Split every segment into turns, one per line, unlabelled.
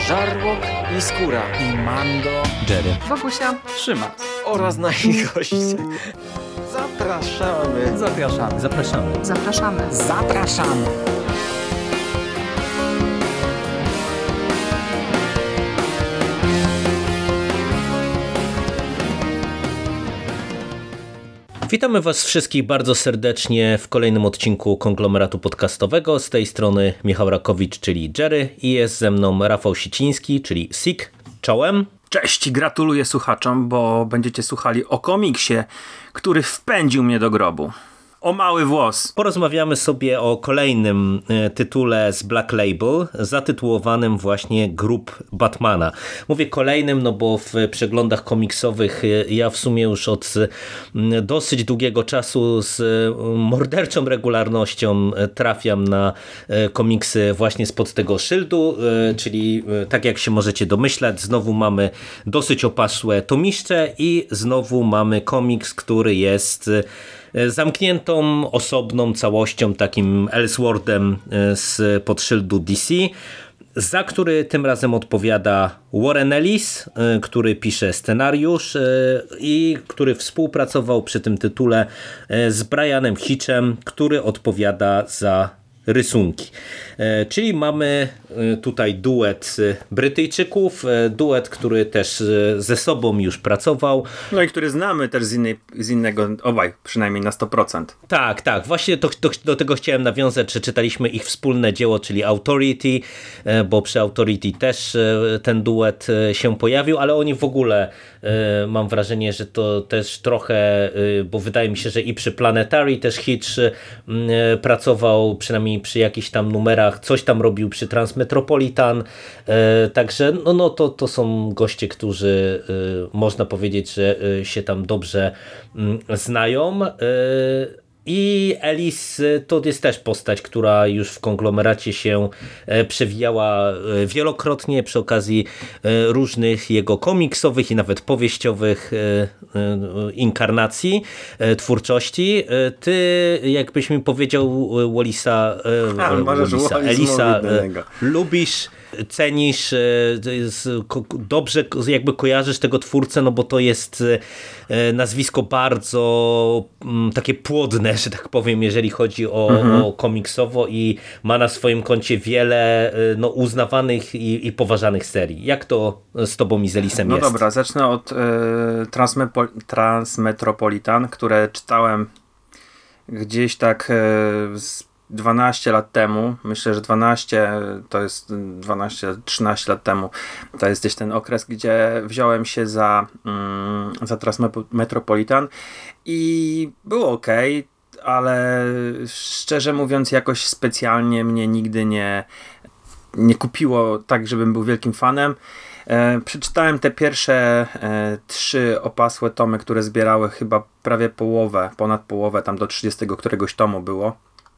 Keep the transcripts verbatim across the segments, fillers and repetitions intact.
Żarłok i Skóra
i Mando,
Jerry,
Wokusia,
Szymas
oraz nasi goście. Zapraszamy.
Zapraszamy.
Zapraszamy.
Zapraszamy.
Zapraszamy.
Witamy Was wszystkich bardzo serdecznie w kolejnym odcinku konglomeratu podcastowego. Z tej strony Michał Rakowicz, czyli Jerry, i jest ze mną Rafał Siciński, czyli Sik. Czołem.
Cześć, gratuluję słuchaczom, bo będziecie słuchali o komiksie, który wpędził mnie do grobu. O mały włos.
Porozmawiamy sobie o kolejnym tytule z Black Label, zatytułowanym właśnie Grób Batmana. Mówię kolejnym, no bo w przeglądach komiksowych ja w sumie już od dosyć długiego czasu z morderczą regularnością trafiam na komiksy właśnie spod tego szyldu, czyli tak jak się możecie domyślać, znowu mamy dosyć opasłe tomiszcze i znowu mamy komiks, który jest zamkniętą, osobną całością, takim Elseworldem z pod szyldu D C, za który tym razem odpowiada Warren Ellis, który pisze scenariusz i który współpracował przy tym tytule z Brianem Hitchem, który odpowiada za rysunki. Czyli mamy tutaj duet Brytyjczyków, duet, który też ze sobą już pracował.
No i który znamy też z, innej, z innego, obaj przynajmniej na sto procent.
Tak, tak, właśnie to, to, do tego chciałem nawiązać, że czytaliśmy ich wspólne dzieło, czyli Authority, bo przy Authority też ten duet się pojawił, ale oni w ogóle, mam wrażenie, że to też trochę, bo wydaje mi się, że i przy Planetary też Hitch pracował, przynajmniej przy jakichś tam numerach, coś tam robił przy Transmetropolitan, także no, no to, to są goście, którzy można powiedzieć, że się tam dobrze znają. I Ellis to jest też postać, która już w konglomeracie się przewijała wielokrotnie przy okazji różnych jego komiksowych i nawet powieściowych inkarnacji, twórczości. Ty, jakbyś mi powiedział Wallisa,
A,
Wallisa Ellisa, lubisz, cenisz, dobrze jakby kojarzysz tego twórcę, no bo to jest nazwisko bardzo takie płodne, że tak powiem, jeżeli chodzi o, mhm. o komiksowo, i ma na swoim koncie wiele no, uznawanych i, i poważanych serii. Jak to z tobą i z Ellisem
no
jest?
No dobra, zacznę od y, Transmepo- Transmetropolitan, które czytałem gdzieś tak y, z dwanaście lat temu, myślę, że dwanaście to jest dwanaście trzynaście lat temu, to jest gdzieś ten okres, gdzie wziąłem się za, mm, za Transmetropolitan i było okej, ale szczerze mówiąc jakoś specjalnie mnie nigdy nie, nie kupiło tak, żebym był wielkim fanem. E, przeczytałem te pierwsze e, trzy opasłe tomy, które zbierały chyba prawie połowę, ponad połowę, tam do trzydziestego któregoś tomu było.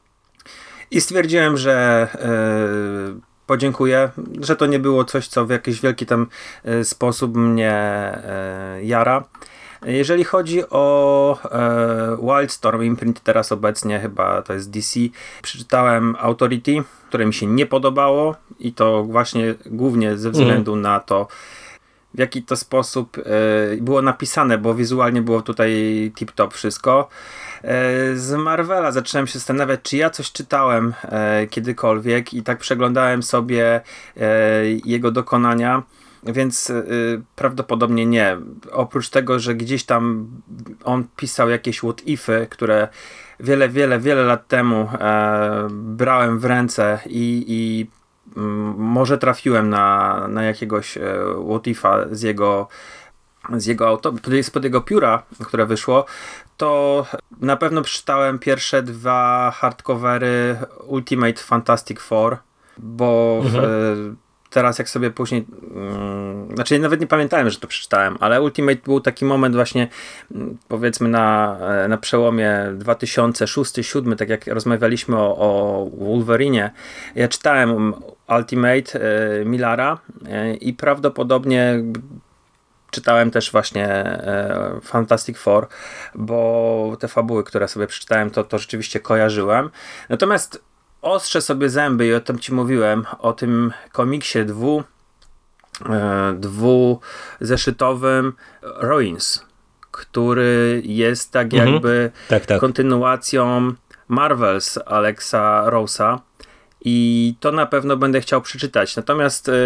I stwierdziłem, że yy, podziękuję, że to nie było coś, co w jakiś wielki tam yy, sposób mnie yy, jara. Jeżeli chodzi o yy, Wildstorm Imprint, teraz obecnie chyba to jest D C, przeczytałem Authority, które mi się nie podobało i to właśnie głównie ze względu mm. na to, w jaki to sposób yy, było napisane, bo wizualnie było tutaj tip-top wszystko. Z Marvela zacząłem się zastanawiać, czy ja coś czytałem e, kiedykolwiek, i tak przeglądałem sobie e, jego dokonania, więc e, prawdopodobnie nie. Oprócz tego, że gdzieś tam on pisał jakieś what ify, które wiele, wiele, wiele lat temu e, brałem w ręce i, i m, może trafiłem na, na jakiegoś e, what ifa z jego z jego auto, spod jego pióra, które wyszło, to na pewno przeczytałem pierwsze dwa hardcovery Ultimate Fantastic Four, bo mhm. w, teraz jak sobie później um, znaczy ja nawet nie pamiętałem, że to przeczytałem, ale Ultimate był taki moment właśnie powiedzmy na, na przełomie dwa tysiące szósty dwa tysiące siódmy, tak jak rozmawialiśmy o, o Wolverinie. Ja czytałem Ultimate e, Millara e, i prawdopodobnie czytałem też właśnie e, Fantastic Four, bo te fabuły, które sobie przeczytałem, to, to rzeczywiście kojarzyłem. Natomiast ostrzę sobie zęby i o tym ci mówiłem, o tym komiksie dwu dwuzeszytowym Ruins, który jest tak
mhm.
jakby
tak, tak.
kontynuacją Marvels Alexa Rose'a i to na pewno będę chciał przeczytać. Natomiast y,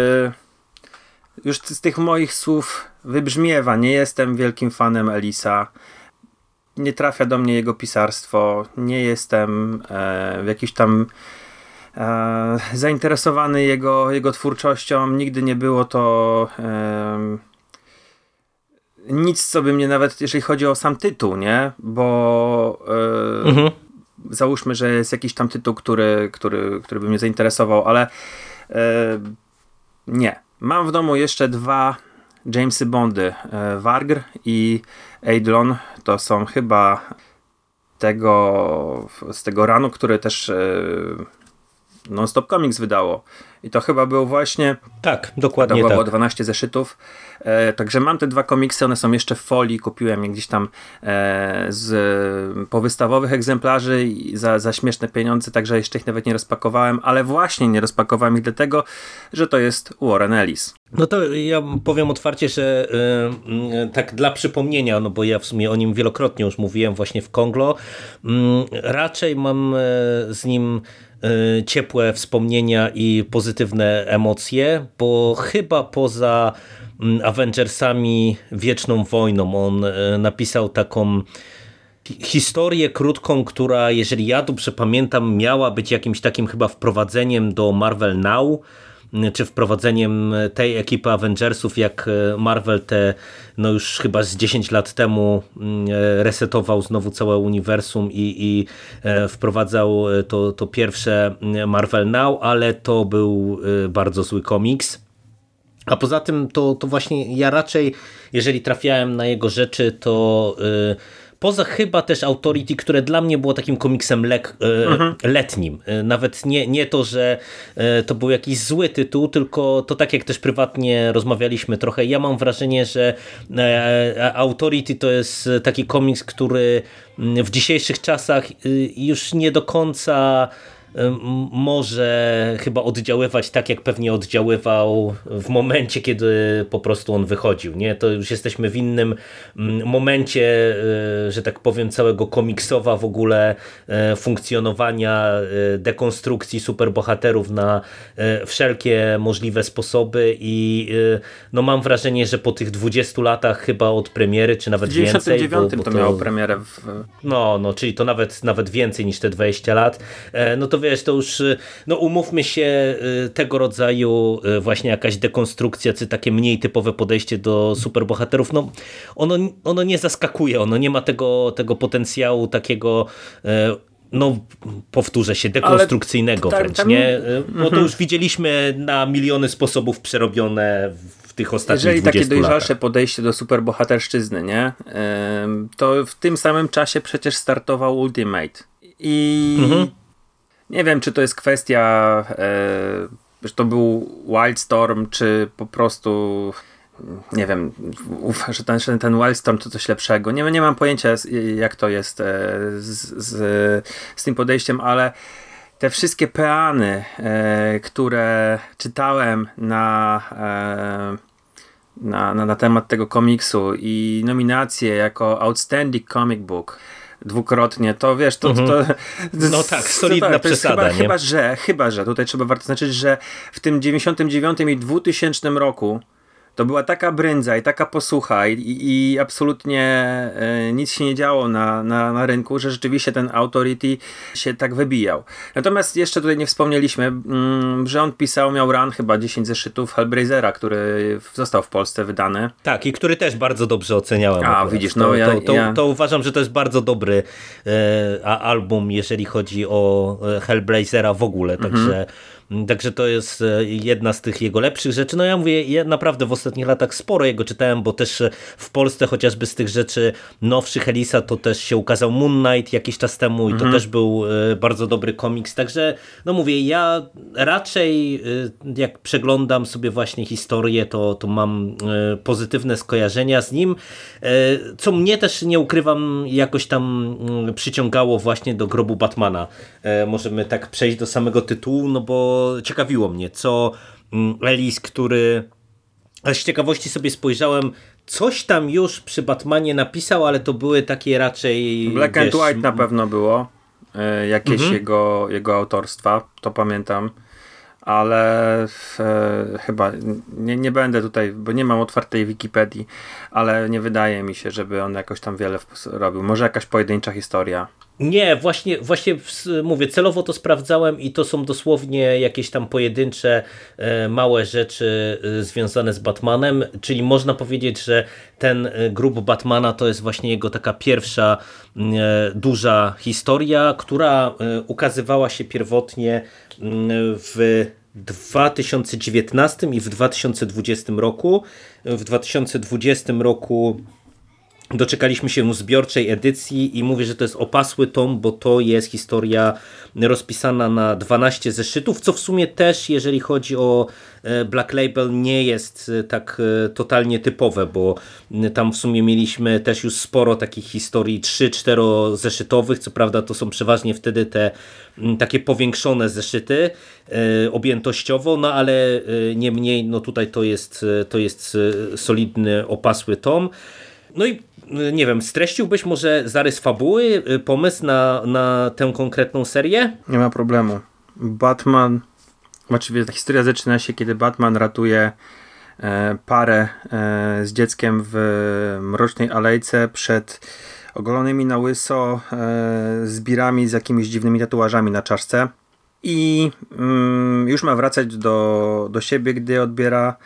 już z tych moich słów wybrzmiewa, nie jestem wielkim fanem Ellisa. Nie trafia do mnie jego pisarstwo. Nie jestem e, w jakiś tam e, zainteresowany jego, jego twórczością. Nigdy nie było to e, nic, co by mnie nawet, jeżeli chodzi o sam tytuł, nie? Bo e, mhm. załóżmy, że jest jakiś tam tytuł, który, który, który by mnie zainteresował, ale e, nie. Mam w domu jeszcze dwa Jamesy Bondy, e, Vargr i Eidolon. To są chyba tego z tego ranu, który też e, Non-Stop Comics wydało. I to chyba był właśnie...
Tak, dokładnie
to było
tak.
dwanaście zeszytów. E, także mam te dwa komiksy, one są jeszcze w folii. Kupiłem je gdzieś tam e, z powystawowych egzemplarzy i za, za śmieszne pieniądze, także jeszcze ich nawet nie rozpakowałem, ale właśnie nie rozpakowałem ich dlatego, że to jest Warren Ellis.
No to ja powiem otwarcie, że yy, tak dla przypomnienia, no bo ja w sumie o nim wielokrotnie już mówiłem właśnie w Konglo, yy, raczej mam yy, z nim yy, ciepłe wspomnienia i pozytywne emocje, bo chyba poza yy, Avengersami Wieczną Wojną on yy, napisał taką historię krótką, która, jeżeli ja dobrze pamiętam, miała być jakimś takim chyba wprowadzeniem do Marvel Now, czy wprowadzeniem tej ekipy Avengersów, jak Marvel te, no już chyba z dziesięć lat temu resetował znowu całe uniwersum i, i wprowadzał to, to pierwsze Marvel Now, ale to był bardzo zły komiks. A poza tym to, to właśnie ja raczej, jeżeli trafiałem na jego rzeczy, to yy, poza chyba też Authority, które dla mnie było takim komiksem lek, yy, mhm. letnim. Yy, nawet nie, nie to, że yy, to był jakiś zły tytuł, tylko to tak jak też prywatnie rozmawialiśmy trochę. Ja mam wrażenie, że yy, Authority to jest taki komiks, który w dzisiejszych czasach yy, już nie do końca może chyba oddziaływać tak, jak pewnie oddziaływał w momencie, kiedy po prostu on wychodził. Nie? To już jesteśmy w innym momencie, że tak powiem, całego komiksowa w ogóle funkcjonowania, dekonstrukcji superbohaterów na wszelkie możliwe sposoby i no mam wrażenie, że po tych dwudziestu latach chyba od premiery, czy nawet więcej.
W dziewięćdziesiątym dziewiątym to, to miało premierę. W...
No, no, czyli to nawet, nawet więcej niż te dwadzieścia lat. No to wiesz, to już, no umówmy się, tego rodzaju właśnie jakaś dekonstrukcja, czy takie mniej typowe podejście do superbohaterów, no ono, ono nie zaskakuje, ono nie ma tego, tego potencjału takiego, no powtórzę się, dekonstrukcyjnego
tam,
wręcz,
tam...
nie? No to już widzieliśmy na miliony sposobów przerobione w tych ostatnich
Jeżeli
dwudziestu
takie dojrzalsze
latach.
podejście do superbohaterszczyzny, nie? To w tym samym czasie przecież startował Ultimate. I mhm. nie wiem, czy to jest kwestia, e, że to był Wildstorm, czy po prostu nie wiem, że ten, że ten Wildstorm to coś lepszego. Nie, nie mam pojęcia, jak to jest e, z, z, z tym podejściem, ale te wszystkie peany, e, które czytałem na, e, na, na, na temat tego komiksu i nominacje jako Outstanding Comic Book dwukrotnie, to wiesz, to...
Mhm.
to, to
no tak, solidna
to, to
przesada,
chyba,
nie?
Chyba, że, chyba, że, tutaj trzeba warto zaznaczyć, że w tym dziewięćdziesiątym dziewiątym i dwutysięcznym roku to była taka brędza i taka posłucha i, i absolutnie e, nic się nie działo na, na, na rynku, że rzeczywiście ten Authority się tak wybijał. Natomiast jeszcze tutaj nie wspomnieliśmy, mm, że on pisał, miał run chyba dziesięć zeszytów Hellbrazera, który został w Polsce wydany.
Tak, i który też bardzo dobrze oceniałem.
A, akurat. Widzisz, no
to,
ja,
to, to,
ja...
to uważam, że to jest bardzo dobry e, album, jeżeli chodzi o Hellblazera w ogóle, także mhm. Także to jest jedna z tych jego lepszych rzeczy. No ja mówię, ja naprawdę w ostatnich latach sporo jego czytałem, bo też w Polsce chociażby z tych rzeczy nowszych Ellisa to też się ukazał Moon Knight jakiś czas temu i to mhm. też był bardzo dobry komiks. Także no mówię, ja raczej jak przeglądam sobie właśnie historię, to, to mam pozytywne skojarzenia z nim, co mnie też, nie ukrywam, jakoś tam przyciągało właśnie do grobu Batmana. Możemy tak przejść do samego tytułu, no bo ciekawiło mnie, co Ellis, który A z ciekawości sobie spojrzałem, coś tam już przy Batmanie napisał, ale to były takie raczej...
Black
wiesz,
and White na pewno było. Y, jakieś mhm. jego, jego autorstwa, to pamiętam. Ale e, chyba nie, nie będę tutaj, bo nie mam otwartej Wikipedii, ale nie wydaje mi się, żeby on jakoś tam wiele robił. Może jakaś pojedyncza historia.
Nie, właśnie, właśnie mówię, celowo to sprawdzałem i to są dosłownie jakieś tam pojedyncze, e, małe rzeczy e, związane z Batmanem, czyli można powiedzieć, że ten grób Batmana to jest właśnie jego taka pierwsza e, duża historia, która e, ukazywała się pierwotnie w dwa tysiące dziewiętnastym i w dwa tysiące dwudziestym roku. W dwa tysiące dwudziestym roku doczekaliśmy się zbiorczej edycji i mówię, że to jest opasły tom, bo to jest historia rozpisana na dwanaście zeszytów, co w sumie też, jeżeli chodzi o Black Label, nie jest tak totalnie typowe, bo tam w sumie mieliśmy też już sporo takich historii trzy cztery zeszytowych, co prawda to są przeważnie wtedy te takie powiększone zeszyty objętościowo, no ale niemniej no tutaj to jest, to jest solidny, opasły tom. No i nie wiem, streściłbyś może zarys fabuły, pomysł na, na tę konkretną serię?
Nie ma problemu. Batman, właściwie ta historia zaczyna się, kiedy Batman ratuje e, parę e, z dzieckiem w mrocznej alejce przed ogolonymi na łyso e, zbirami z jakimiś dziwnymi tatuażami na czaszce i mm, już ma wracać do, do siebie, gdy odbiera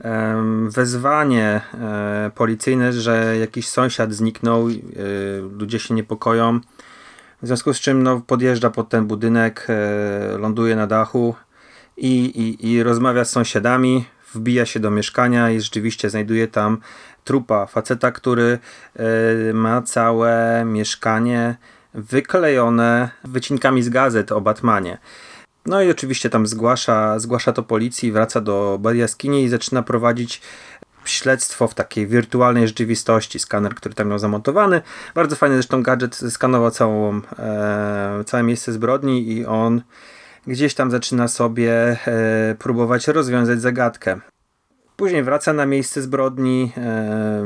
wezwanie e, policyjne, że jakiś sąsiad zniknął, e, ludzie się niepokoją, w związku z czym no, podjeżdża pod ten budynek, e, ląduje na dachu i, i, i rozmawia z sąsiadami, wbija się do mieszkania i rzeczywiście znajduje tam trupa faceta, który e, ma całe mieszkanie wyklejone wycinkami z gazet o Batmanie. No i oczywiście tam zgłasza, zgłasza to policji, wraca do jaskini i zaczyna prowadzić śledztwo w takiej wirtualnej rzeczywistości. Skaner, który tam miał zamontowany. Bardzo fajny zresztą gadżet, skanował całą, e, całe miejsce zbrodni i on gdzieś tam zaczyna sobie e, próbować rozwiązać zagadkę. Później wraca na miejsce zbrodni. E,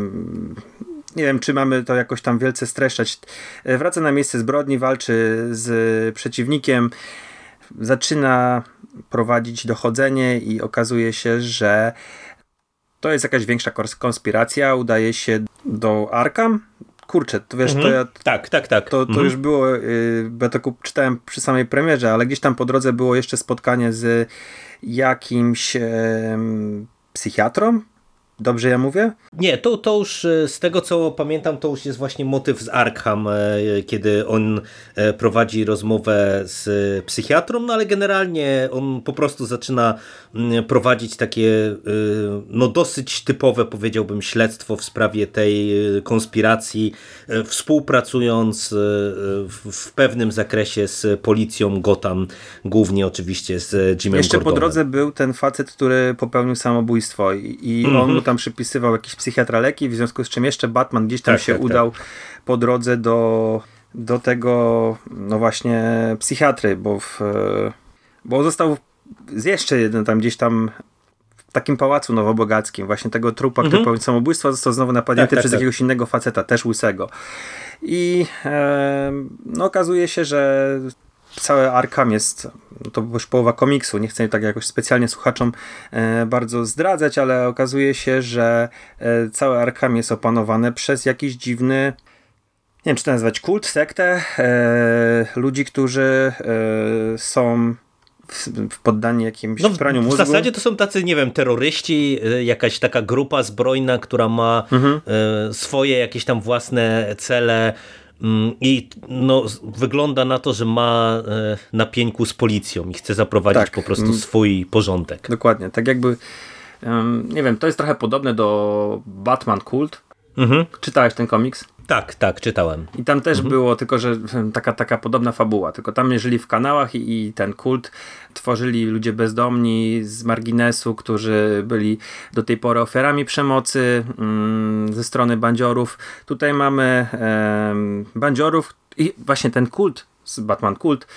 nie wiem, czy mamy to jakoś tam wielce streszczać. E, wraca na miejsce zbrodni, walczy z przeciwnikiem. Zaczyna prowadzić dochodzenie i okazuje się, że to jest jakaś większa konspiracja. Udaje się do Arkham. Kurczę, to wiesz,
mhm.
to ja...
Tak, tak, tak.
To, to
mhm.
już było, yy, bo ja to czytałem przy samej premierze, ale gdzieś tam po drodze było jeszcze spotkanie z jakimś yy, psychiatrą. Dobrze ja mówię?
Nie, to, to już z tego co pamiętam, to już jest właśnie motyw z Arkham, kiedy on prowadzi rozmowę z psychiatrą, no ale generalnie on po prostu zaczyna prowadzić takie no dosyć typowe, powiedziałbym, śledztwo w sprawie tej konspiracji, współpracując w pewnym zakresie z policją Gotham, głównie oczywiście z Jimem
Jeszcze
Gordonem.
po drodze był ten facet, który popełnił samobójstwo i, i mm-hmm. on mu tam przypisywał jakiś psychiatra leki, w związku z czym jeszcze Batman gdzieś tam tak, się tak, udał tak. po drodze do, do tego no właśnie psychiatry, bo, w, bo został z jeszcze jeden tam gdzieś tam w takim pałacu nowobogackim, właśnie tego trupa, mm-hmm. który popełnił samobójstwo, został znowu napadnięty tak, tak, przez tak. jakiegoś innego faceta, też łysego. I e, no okazuje się, że całe Arkham jest, no to już połowa komiksu, nie chcę tak jakoś specjalnie słuchaczom e, bardzo zdradzać, ale okazuje się, że e, całe Arkham jest opanowane przez jakiś dziwny, nie wiem czy to nazwać kult, sektę, e, ludzi, którzy e, są w, w poddani jakimś
no,
praniu mózgu.
W zasadzie to są tacy, nie wiem, terroryści, jakaś taka grupa zbrojna, która ma mhm. e, swoje jakieś tam własne cele. I no, wygląda na to, że ma e, na pieńku z policją i chce zaprowadzić tak. po prostu swój porządek.
Dokładnie, tak jakby um, nie wiem, to jest trochę podobne do Batman Kult. Mhm. Czytałeś ten komiks?
Tak, tak, czytałem.
I tam też
mhm.
było, tylko że taka, taka podobna fabuła, tylko tam żyli w kanałach i, i ten kult tworzyli ludzie bezdomni z marginesu, którzy byli do tej pory ofiarami przemocy mm, ze strony bandziorów. Tutaj mamy e, bandziorów i właśnie ten kult, Batman Kult,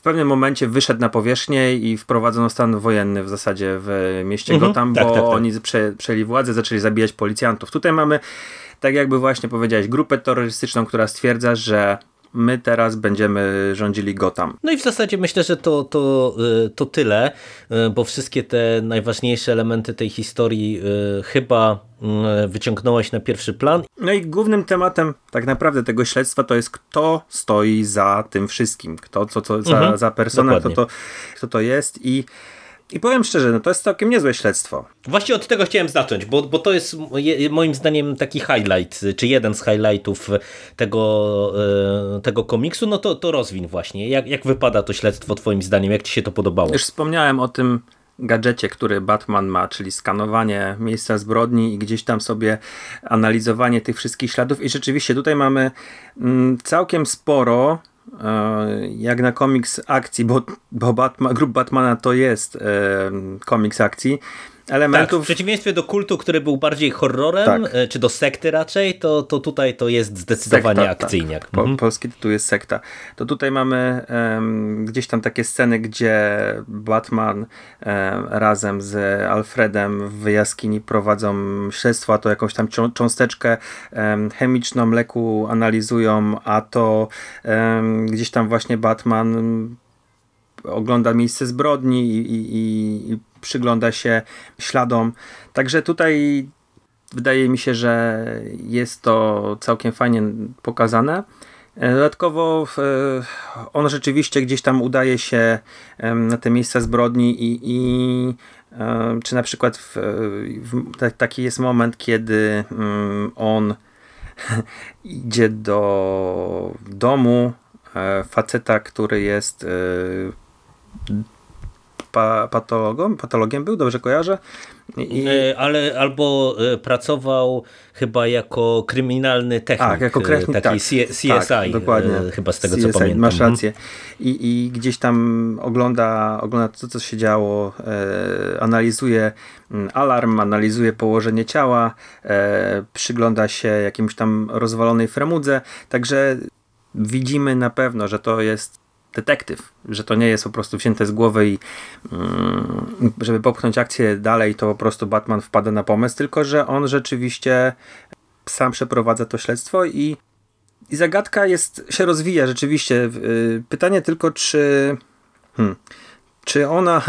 w pewnym momencie wyszedł na powierzchnię i wprowadzono stan wojenny w zasadzie w mieście mhm, Gotham, tak, bo tak, tak. oni prze, przejęli władzę, zaczęli zabijać policjantów. Tutaj mamy, tak jakby właśnie powiedziałeś, grupę terrorystyczną, która stwierdza, że my teraz będziemy rządzili Gotham.
No i w zasadzie myślę, że to, to, to tyle, bo wszystkie te najważniejsze elementy tej historii chyba wyciągnąłeś na pierwszy plan.
No i głównym tematem tak naprawdę tego śledztwa to jest, kto stoi za tym wszystkim, kto co, co za, mhm, za persona, kto to, kto to jest i I powiem szczerze, no to jest całkiem niezłe śledztwo.
Właśnie od tego chciałem zacząć, bo, bo to jest je, moim zdaniem taki highlight, czy jeden z highlightów tego, tego komiksu, no to, to rozwiń właśnie. Jak, jak wypada to śledztwo twoim zdaniem? Jak ci się to podobało?
Już wspomniałem o tym gadżecie, który Batman ma, czyli skanowanie miejsca zbrodni i gdzieś tam sobie analizowanie tych wszystkich śladów i rzeczywiście tutaj mamy mm, całkiem sporo jak na komiks akcji, bo, bo Batman, Grup Batmana to jest e, komiks akcji, elementów...
Tak, w przeciwieństwie do kultu, który był bardziej horrorem, tak. czy do sekty raczej, to, to tutaj to jest zdecydowanie sekta, akcyjniak.
Tak. Po, polski tytuł jest sekta. To tutaj mamy um, gdzieś tam takie sceny, gdzie Batman um, razem z Alfredem w jaskini prowadzą śledztwo, a to jakąś tam cząsteczkę um, chemiczną leku analizują, a to um, gdzieś tam właśnie Batman ogląda miejsce zbrodni i, i, i przygląda się śladom. Także tutaj wydaje mi się, że jest to całkiem fajnie pokazane. Dodatkowo on rzeczywiście gdzieś tam udaje się na te miejsca zbrodni i, i czy na przykład w, w, taki jest moment, kiedy on idzie do domu faceta, który jest pa, patologą, patologiem był, dobrze kojarzę?
I... Ale albo pracował chyba jako kryminalny technik,
tak, jako technik,
taki
tak,
C S I, tak, dokładnie. Chyba z tego
C S I,
co pamiętam.
Masz rację. I, i gdzieś tam ogląda, ogląda to, co się działo, e, analizuje alarm, analizuje położenie ciała, e, przygląda się jakimś tam rozwalonej fremudze, także widzimy na pewno, że to jest detektyw, że to nie jest po prostu wzięte z głowy i mm, żeby popchnąć akcję dalej, to po prostu Batman wpada na pomysł, tylko że on rzeczywiście sam przeprowadza to śledztwo i, i zagadka jest, się rozwija rzeczywiście. Pytanie tylko, czy hmm, czy ona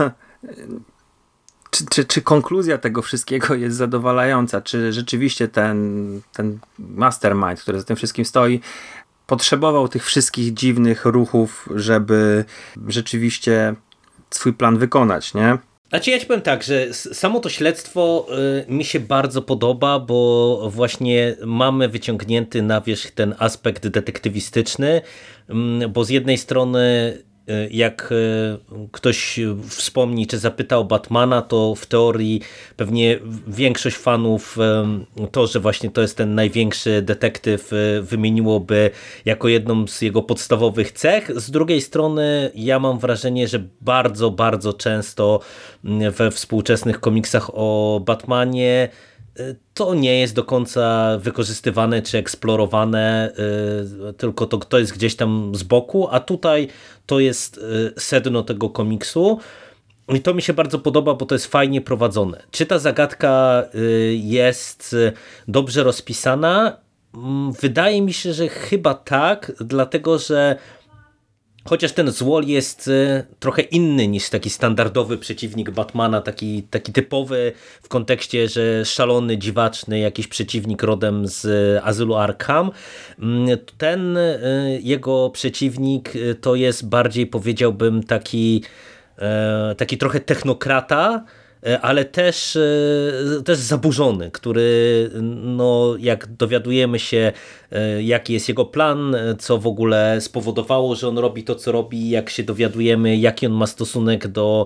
czy, czy, czy konkluzja tego wszystkiego jest zadowalająca, czy rzeczywiście ten, ten mastermind, który za tym wszystkim stoi, potrzebował tych wszystkich dziwnych ruchów, żeby rzeczywiście swój plan wykonać, nie?
Znaczy ja ci powiem tak, że samo to śledztwo y, mi się bardzo podoba, bo właśnie mamy wyciągnięty na wierzch ten aspekt detektywistyczny, y, bo z jednej strony jak ktoś wspomni, czy zapyta o Batmana, to w teorii pewnie większość fanów to, że właśnie to jest ten największy detektyw, wymieniłoby jako jedną z jego podstawowych cech. Z drugiej strony ja mam wrażenie, że bardzo, bardzo często we współczesnych komiksach o Batmanie to nie jest do końca wykorzystywane czy eksplorowane, tylko to, to jest gdzieś tam z boku, a tutaj to jest sedno tego komiksu i to mi się bardzo podoba, bo to jest fajnie prowadzone. Czy ta zagadka jest dobrze rozpisana? Wydaje mi się, że chyba tak, dlatego że chociaż ten Złol jest trochę inny niż taki standardowy przeciwnik Batmana, taki, taki typowy w kontekście, że szalony, dziwaczny jakiś przeciwnik rodem z azylu Arkham. Ten jego przeciwnik to jest bardziej, powiedziałbym, taki, taki trochę technokrata, ale też, też zaburzony, który, no, jak dowiadujemy się, jaki jest jego plan, co w ogóle spowodowało, że on robi to, co robi, jak się dowiadujemy, jaki on ma stosunek do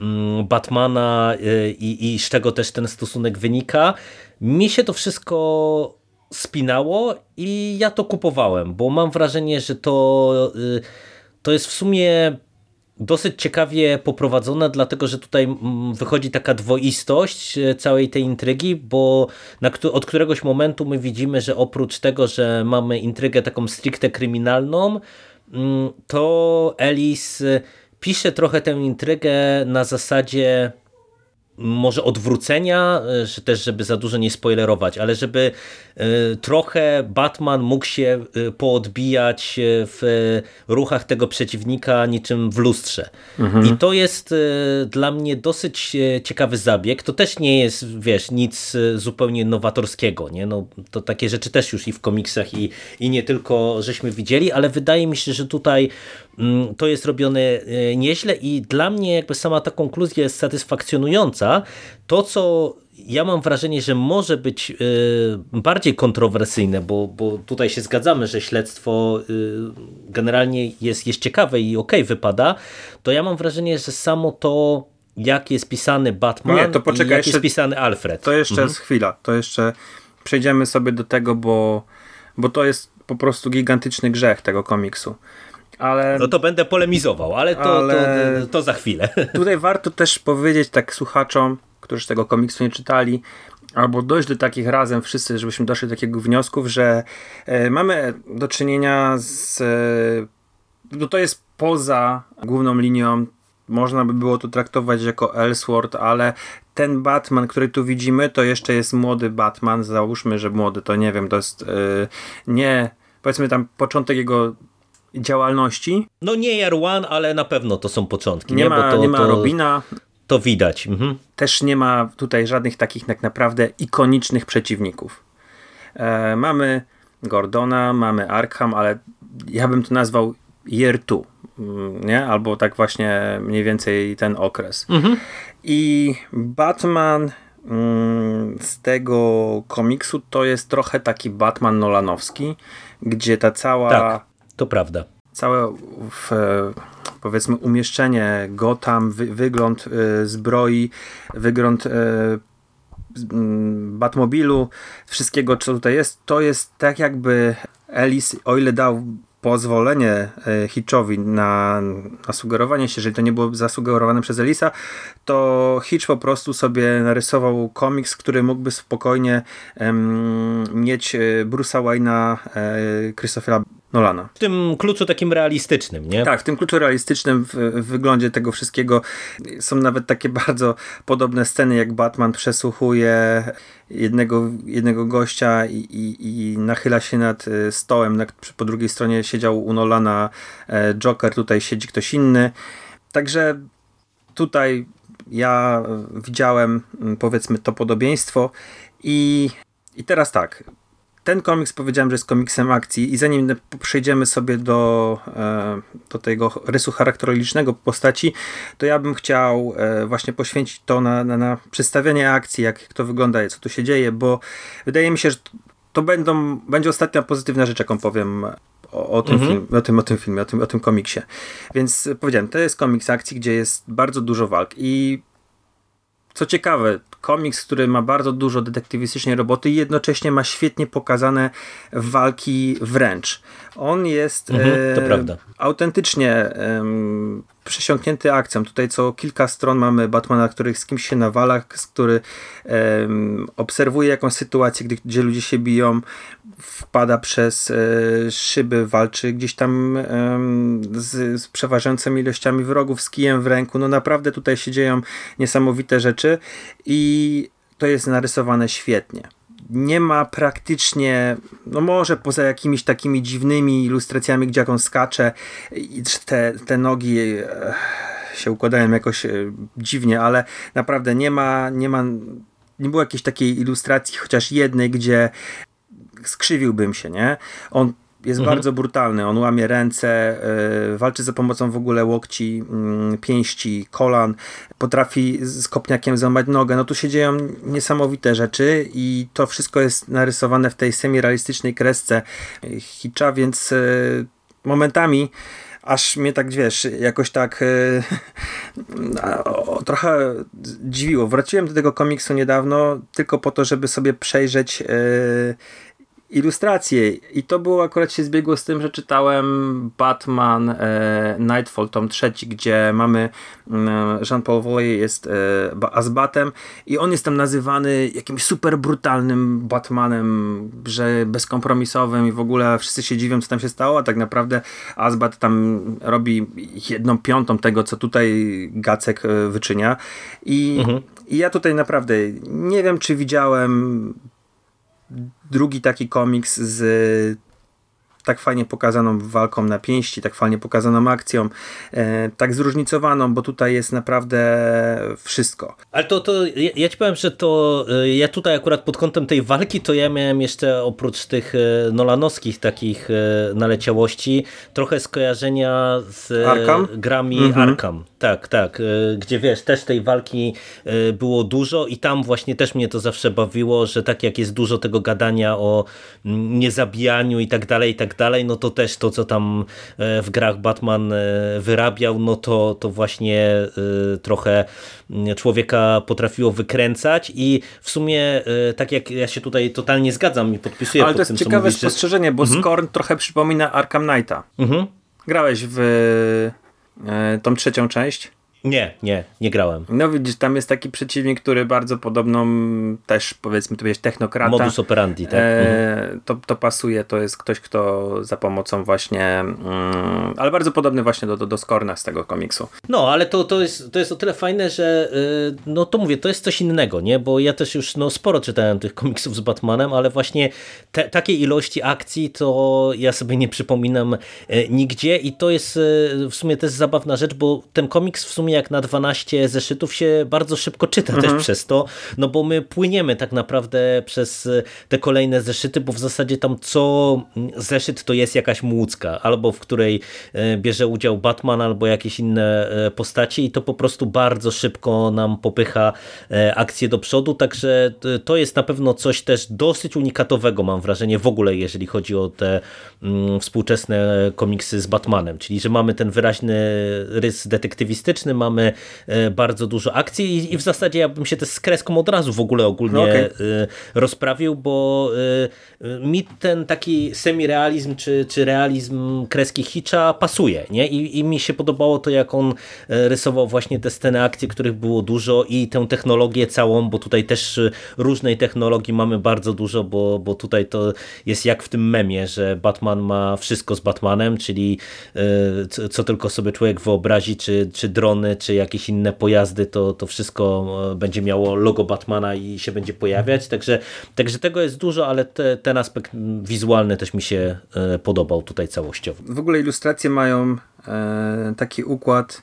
Batmana i, i z czego też ten stosunek wynika, mi się to wszystko spinało i ja to kupowałem, bo mam wrażenie, że to, to jest w sumie dosyć ciekawie poprowadzone, dlatego że tutaj wychodzi taka dwoistość całej tej intrygi, bo na, od któregoś momentu my widzimy, że oprócz tego, że mamy intrygę taką stricte kryminalną, to Ellis pisze trochę tę intrygę na zasadzie może odwrócenia, że też żeby za dużo nie spoilerować, ale żeby trochę Batman mógł się poodbijać w ruchach tego przeciwnika niczym w lustrze. Mhm. I to jest dla mnie dosyć ciekawy zabieg. To też nie jest, wiesz, nic zupełnie nowatorskiego, nie? No, to takie rzeczy też już i w komiksach i, i nie tylko żeśmy widzieli, ale wydaje mi się, że tutaj to jest robione nieźle i dla mnie jakby sama ta konkluzja jest satysfakcjonująca. To, co ja mam wrażenie, że może być bardziej kontrowersyjne, bo, bo tutaj się zgadzamy, że śledztwo generalnie jest, jest ciekawe i okej, wypada, to ja mam wrażenie, że samo to, jak jest pisany Batman
Nie, to poczekaj,
i jak
jeszcze,
jest pisany Alfred.
To jeszcze
mhm.
jest chwila, to jeszcze przejdziemy sobie do tego, bo, bo to jest po prostu gigantyczny grzech tego komiksu. Ale,
no to będę polemizował, ale to, ale to, to za chwilę.
Tutaj warto też powiedzieć tak słuchaczom, którzy tego komiksu nie czytali, albo dojść do takich razem wszyscy, żebyśmy doszli do takich wniosków, że e, mamy do czynienia z... E, no to jest poza główną linią, można by było to traktować jako Elseworld, ale ten Batman, który tu widzimy, to jeszcze jest młody Batman, załóżmy, że młody, to nie wiem, to jest e, nie, powiedzmy tam początek jego działalności.
No nie Year One, ale na pewno to są początki.
Nie,
nie?
ma,
Bo to,
nie ma
to,
Robina.
To widać. Mhm.
Też nie ma tutaj żadnych takich tak naprawdę ikonicznych przeciwników. E, mamy Gordona, mamy Arkham, ale ja bym to nazwał Year Two, nie? Albo tak właśnie mniej więcej ten okres. Mhm. I Batman mm, z tego komiksu to jest trochę taki Batman nolanowski, gdzie ta cała...
Tak, to prawda.
Całe w, powiedzmy umieszczenie Gotham, wy, wygląd y, zbroi, wygląd y, Batmobilu, wszystkiego co tutaj jest, to jest tak jakby Ellis, o ile dał pozwolenie Hitchowi na, na sugerowanie się, jeżeli to nie było zasugerowane przez Ellisa, to Hitch po prostu sobie narysował komiks, który mógłby spokojnie um, mieć Bruce'a Wayne'a e, Christophera Nolana.
W tym kluczu takim realistycznym, nie?
Tak, w tym kluczu realistycznym, w, w wyglądzie tego wszystkiego są nawet takie bardzo podobne sceny, jak Batman przesłuchuje jednego, jednego gościa i, i, i nachyla się nad stołem, na, po drugiej stronie siedział u Nolana Joker, tutaj siedzi ktoś inny. Także tutaj ja widziałem, powiedzmy, to podobieństwo i, i teraz tak. Ten komiks powiedziałem, że jest komiksem akcji i zanim przejdziemy sobie do, do tego rysu charakterologicznego postaci, to ja bym chciał właśnie poświęcić to na, na, na przedstawienie akcji, jak to wygląda, co tu się dzieje, bo wydaje mi się, że to będą, będzie ostatnia pozytywna rzecz, jaką powiem o, o, tym, mhm. film, o, tym, o tym filmie, o tym, o tym komiksie. Więc powiedziałem, to jest komiks akcji, gdzie jest bardzo dużo walk i co ciekawe, komiks, który ma bardzo dużo detektywistycznej roboty i jednocześnie ma świetnie pokazane walki wręcz. On jest
mhm, to
e,
prawda.
autentycznie e, przesiąknięty akcją. Tutaj co kilka stron mamy Batmana, który z kimś się nawala, który e, obserwuje jakąś sytuację, gdy, gdzie ludzie się biją, wpada przez e, szyby, walczy gdzieś tam e, z, z przeważającymi ilościami wrogów, z kijem w ręku. No naprawdę tutaj się dzieją niesamowite rzeczy i to jest narysowane świetnie. Nie ma praktycznie, no może poza jakimiś takimi dziwnymi ilustracjami, gdzie jak on skacze i te, te nogi e, się układają jakoś e, dziwnie, ale naprawdę nie ma, nie ma, nie było jakiejś takiej ilustracji, chociaż jednej, gdzie skrzywiłbym się, nie? On jest mhm. bardzo brutalny, on łamie ręce, yy, walczy za pomocą w ogóle łokci, yy, pięści, kolan, potrafi z kopniakiem złamać nogę. No tu się dzieją niesamowite rzeczy i to wszystko jest narysowane w tej semi-realistycznej kresce Hitcha, więc yy, momentami aż mnie tak, wiesz, jakoś tak yy, o, trochę dziwiło. Wróciłem do tego komiksu niedawno tylko po to, żeby sobie przejrzeć yy, ilustracje i to było akurat się zbiegło z tym, że czytałem Batman e, Nightfall, tom trzeci, gdzie mamy e, Jean-Paul Vallée jest e, Azbatem i on jest tam nazywany jakimś super brutalnym Batmanem, że bezkompromisowym i w ogóle wszyscy się dziwią, co tam się stało, a tak naprawdę Azbat tam robi jedną piątą tego, co tutaj Gacek e, wyczynia i, mhm. i ja tutaj naprawdę nie wiem, czy widziałem drugi taki komiks z tak fajnie pokazaną walką na pięści, tak fajnie pokazaną akcją, e, tak zróżnicowaną, bo tutaj jest naprawdę wszystko.
Ale to, to ja, ja ci powiem, że to ja tutaj akurat pod kątem tej walki, to ja miałem jeszcze oprócz tych nolanowskich takich naleciałości trochę skojarzenia z
Arkham?
grami mhm. Arkham. Tak, tak. Gdzie wiesz, też tej walki było dużo i tam właśnie też mnie to zawsze bawiło, że tak jak jest dużo tego gadania o niezabijaniu i tak dalej, i tak dalej, no to też to, co tam w grach Batman wyrabiał, no to, to właśnie trochę człowieka potrafiło wykręcać i w sumie tak jak ja się tutaj totalnie zgadzam i podpisuję
ale
pod
to jest
tym,
ciekawe
mówisz,
spostrzeżenie, bo mhm. Scorn trochę przypomina Arkham Knighta. Mhm. Grałeś w e, tą trzecią część?
Nie, nie, nie grałem.
No widzisz, tam jest taki przeciwnik, który bardzo podobną też, powiedzmy, to jest technokrata.
Modus operandi, tak.
E, mhm. to, to pasuje, to jest ktoś, kto za pomocą właśnie, mm, ale bardzo podobny właśnie do, do, do Scorna z tego komiksu.
No, ale to, to, jest, to jest o tyle fajne, że yy, no to mówię, to jest coś innego, nie? Bo ja też już no, sporo czytałem tych komiksów z Batmanem, ale właśnie te, takiej ilości akcji to ja sobie nie przypominam yy, nigdzie i to jest yy, w sumie też zabawna rzecz, bo ten komiks w sumie jak na dwanaście zeszytów się bardzo szybko czyta mhm. też przez to, no bo my płyniemy tak naprawdę przez te kolejne zeszyty, bo w zasadzie tam co zeszyt to jest jakaś młódzka, albo w której bierze udział Batman, albo jakieś inne postacie i to po prostu bardzo szybko nam popycha akcję do przodu, także to jest na pewno coś też dosyć unikatowego, mam wrażenie, w ogóle jeżeli chodzi o te mm, współczesne komiksy z Batmanem, czyli że mamy ten wyraźny rys detektywistyczny, mamy bardzo dużo akcji i, i w zasadzie ja bym się też z kreską od razu w ogóle ogólnie no okay. rozprawił, bo mi ten taki semirealizm czy, czy realizm kreski Hitcha pasuje, nie? I, i mi się podobało to, jak on rysował właśnie te sceny akcji, których było dużo i tę technologię całą, bo tutaj też różnej technologii mamy bardzo dużo, bo, bo tutaj to jest jak w tym memie, że Batman ma wszystko z Batmanem, czyli co, co tylko sobie człowiek wyobrazi, czy, czy drony, czy jakieś inne pojazdy, to, to wszystko będzie miało logo Batmana i się będzie pojawiać, także, także tego jest dużo, ale te, ten aspekt wizualny też mi się podobał tutaj całościowo.
W ogóle ilustracje mają e, taki układ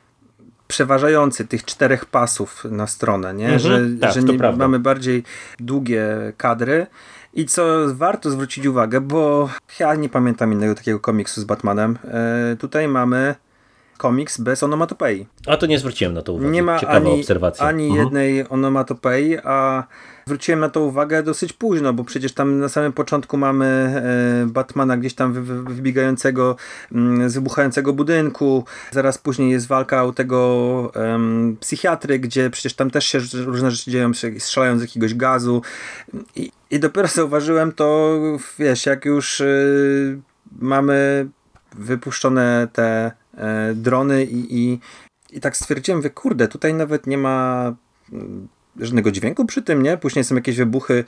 przeważający tych czterech pasów na stronę, nie? Mhm, że
tak,
że nie, mamy bardziej długie kadry i co warto zwrócić uwagę, bo ja nie pamiętam innego takiego komiksu z Batmanem. E, tutaj mamy komiks bez onomatopei.
A to nie zwróciłem na to uwagi.
Nie ma
Ciekawa
ani,
obserwacja.
ani mhm. jednej onomatopei, a zwróciłem na to uwagę dosyć późno, bo przecież tam na samym początku mamy e, Batmana gdzieś tam wy, wy, wybiegającego m, z wybuchającego budynku. Zaraz później jest walka u tego em, psychiatry, gdzie przecież tam też się różne rzeczy dzieją, strzelają z jakiegoś gazu. I, i dopiero zauważyłem to, wiesz, jak już y, mamy wypuszczone te e, drony i, i, i tak stwierdziłem, że kurde, tutaj nawet nie ma m, żadnego dźwięku przy tym, nie? Później są jakieś wybuchy,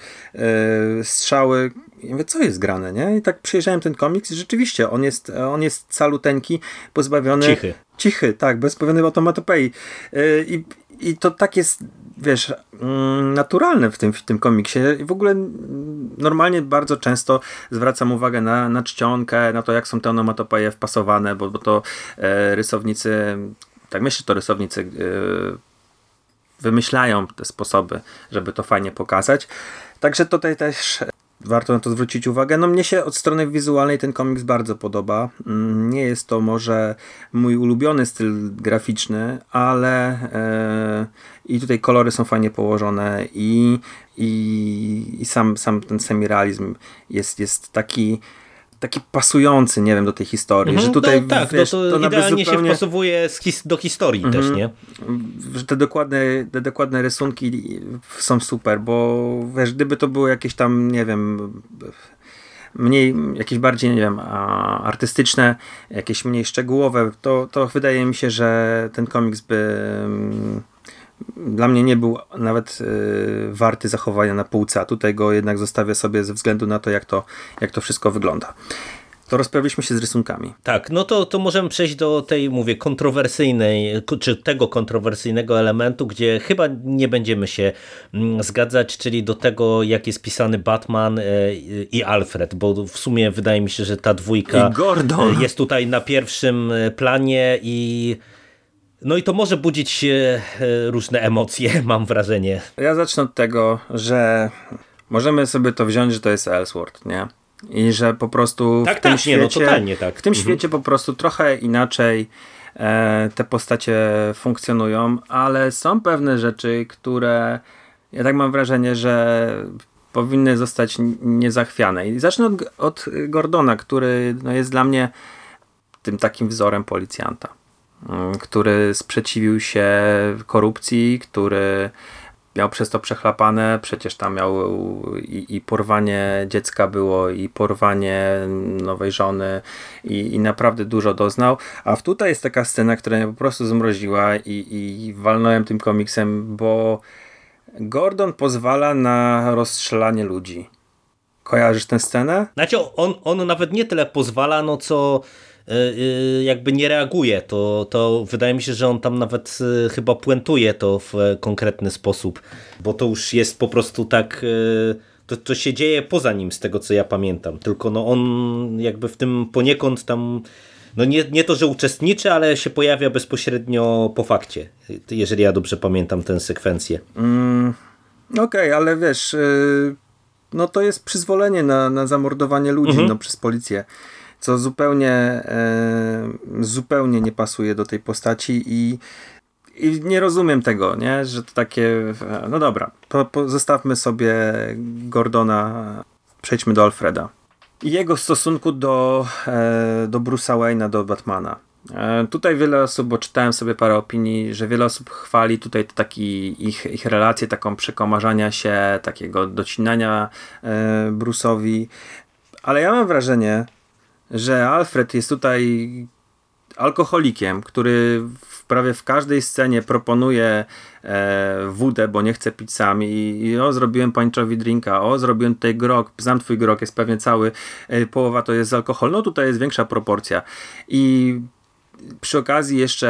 e, strzały. I mówię, co jest grane, nie? I tak przejrzałem ten komiks i rzeczywiście on jest, on jest caluteńki, pozbawiony...
Cichy.
Cichy, tak, pozbawiony automatopei. E, i, I to tak jest, wiesz, mm, naturalne w tym, w tym komiksie. I w ogóle normalnie bardzo często zwracam uwagę na, na czcionkę, na to, jak są te onomatopeje wpasowane, bo, bo to e, rysownicy, tak myślę, to rysownicy e, wymyślają te sposoby, żeby to fajnie pokazać. Także tutaj też warto na to zwrócić uwagę. No mnie się od strony wizualnej ten komiks bardzo podoba. Nie jest to może mój ulubiony styl graficzny, ale e, i tutaj kolory są fajnie położone i, i, i sam, sam ten semirealizm jest, jest taki taki pasujący, nie wiem, do tej historii,
Mhm,
że tutaj
no, tak,
wiesz,
no to,
to
idealnie
zupełnie...
się wpasowuje z his do historii
mhm.
też, nie?
Że te dokładne, te dokładne rysunki są super, bo wiesz, gdyby to było jakieś tam, nie wiem, mniej, jakieś bardziej, nie wiem, artystyczne, jakieś mniej szczegółowe, to, to wydaje mi się, że ten komiks by dla mnie nie był nawet y, warty zachowania na półce, a tutaj go jednak zostawię sobie ze względu na to, jak to, jak to wszystko wygląda. To rozprawiliśmy się z rysunkami.
Tak, no to, to możemy przejść do tej, mówię, kontrowersyjnej, czy tego kontrowersyjnego elementu, gdzie chyba nie będziemy się mm, zgadzać, czyli do tego, jak jest pisany Batman e, i Alfred, bo w sumie wydaje mi się, że ta dwójka
I Gordon.
jest tutaj na pierwszym planie i no i to może budzić e, różne emocje, mam wrażenie.
Ja zacznę od tego, że możemy sobie to wziąć, że to jest Elseworld, nie? I że po prostu
tak,
w tym
tak,
świecie,
nie, no, totalnie tak.
w tym
mhm.
świecie po prostu trochę inaczej e, te postacie funkcjonują, ale są pewne rzeczy, które ja tak mam wrażenie, że powinny zostać niezachwiane. I zacznę od, od Gordona, który no, jest dla mnie tym takim wzorem policjanta, który sprzeciwił się korupcji, który miał przez to przechlapane, przecież tam miał i, i porwanie dziecka było, i porwanie nowej żony i, i naprawdę dużo doznał, a tutaj jest taka scena, która mnie po prostu zmroziła i, i walnąłem tym komiksem, bo Gordon pozwala na rozstrzelanie ludzi. Kojarzysz tę scenę?
Znaczy on, on nawet nie tyle pozwala, no co jakby nie reaguje, to, to wydaje mi się, że on tam nawet chyba puentuje to w konkretny sposób, bo to już jest po prostu tak, to, to się dzieje poza nim z tego, co ja pamiętam, tylko no on jakby w tym poniekąd tam, no nie, nie to, że uczestniczy, ale się pojawia bezpośrednio po fakcie, jeżeli ja dobrze pamiętam tę sekwencję.
Mm, Okej, okay, ale wiesz, yy, no to jest przyzwolenie na, na zamordowanie ludzi mhm. no, przez policję, co zupełnie e, zupełnie nie pasuje do tej postaci i, i nie rozumiem tego, nie? Że to takie, no dobra, po, po, zostawmy sobie Gordona, przejdźmy do Alfreda i jego stosunku do, e, do Bruce'a Wayne'a, do Batmana. E, tutaj wiele osób, bo czytałem sobie parę opinii, że wiele osób chwali tutaj taki ich, ich relację, taką przekomarzania się, takiego docinania e, Bruce'owi, ale ja mam wrażenie, że Alfred jest tutaj alkoholikiem, który w prawie w każdej scenie proponuje e, wódę, bo nie chce pić sam i, i o, zrobiłem pańczowi drinka, o, zrobiłem tutaj grog, znam twój grog, jest pewnie cały, e, połowa to jest alkohol, no tutaj jest większa proporcja i przy okazji jeszcze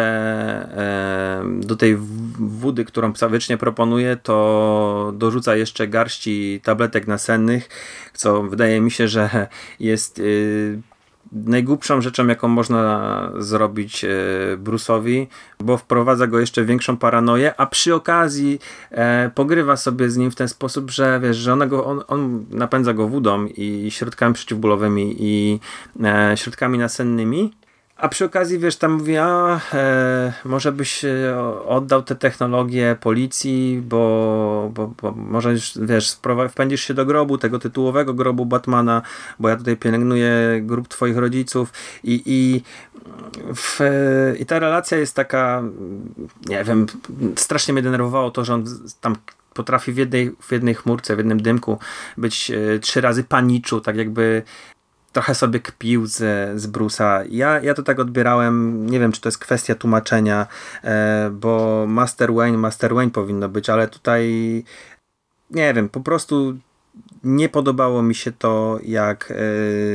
e, do tej wody, którą wiecznie proponuje, to dorzuca jeszcze garści tabletek nasennych, co wydaje mi się, że jest y, najgłupszą rzeczą, jaką można zrobić y, Bruce'owi, bo wprowadza go jeszcze w większą paranoję, a przy okazji e, pogrywa sobie z nim w ten sposób, że wiesz, że ona go, on, on napędza go wódą i środkami przeciwbólowymi i e, środkami nasennymi. A przy okazji, wiesz, tam mówi, a e, może byś oddał te technologie policji, bo, bo, bo może już, wiesz, wpędzisz się do grobu, tego tytułowego grobu Batmana, bo ja tutaj pielęgnuję grób twoich rodziców i, i, w, i ta relacja jest taka, nie wiem, strasznie mnie denerwowało to, że on tam potrafi w jednej, w jednej chmurce, w jednym dymku być e, trzy razy paniczu, tak jakby trochę sobie kpił z, z Bruce'a. Ja, ja to tak odbierałem, nie wiem, czy to jest kwestia tłumaczenia, e, bo Master Wayne, Master Wayne powinno być, ale tutaj nie wiem, po prostu nie podobało mi się to, jak e,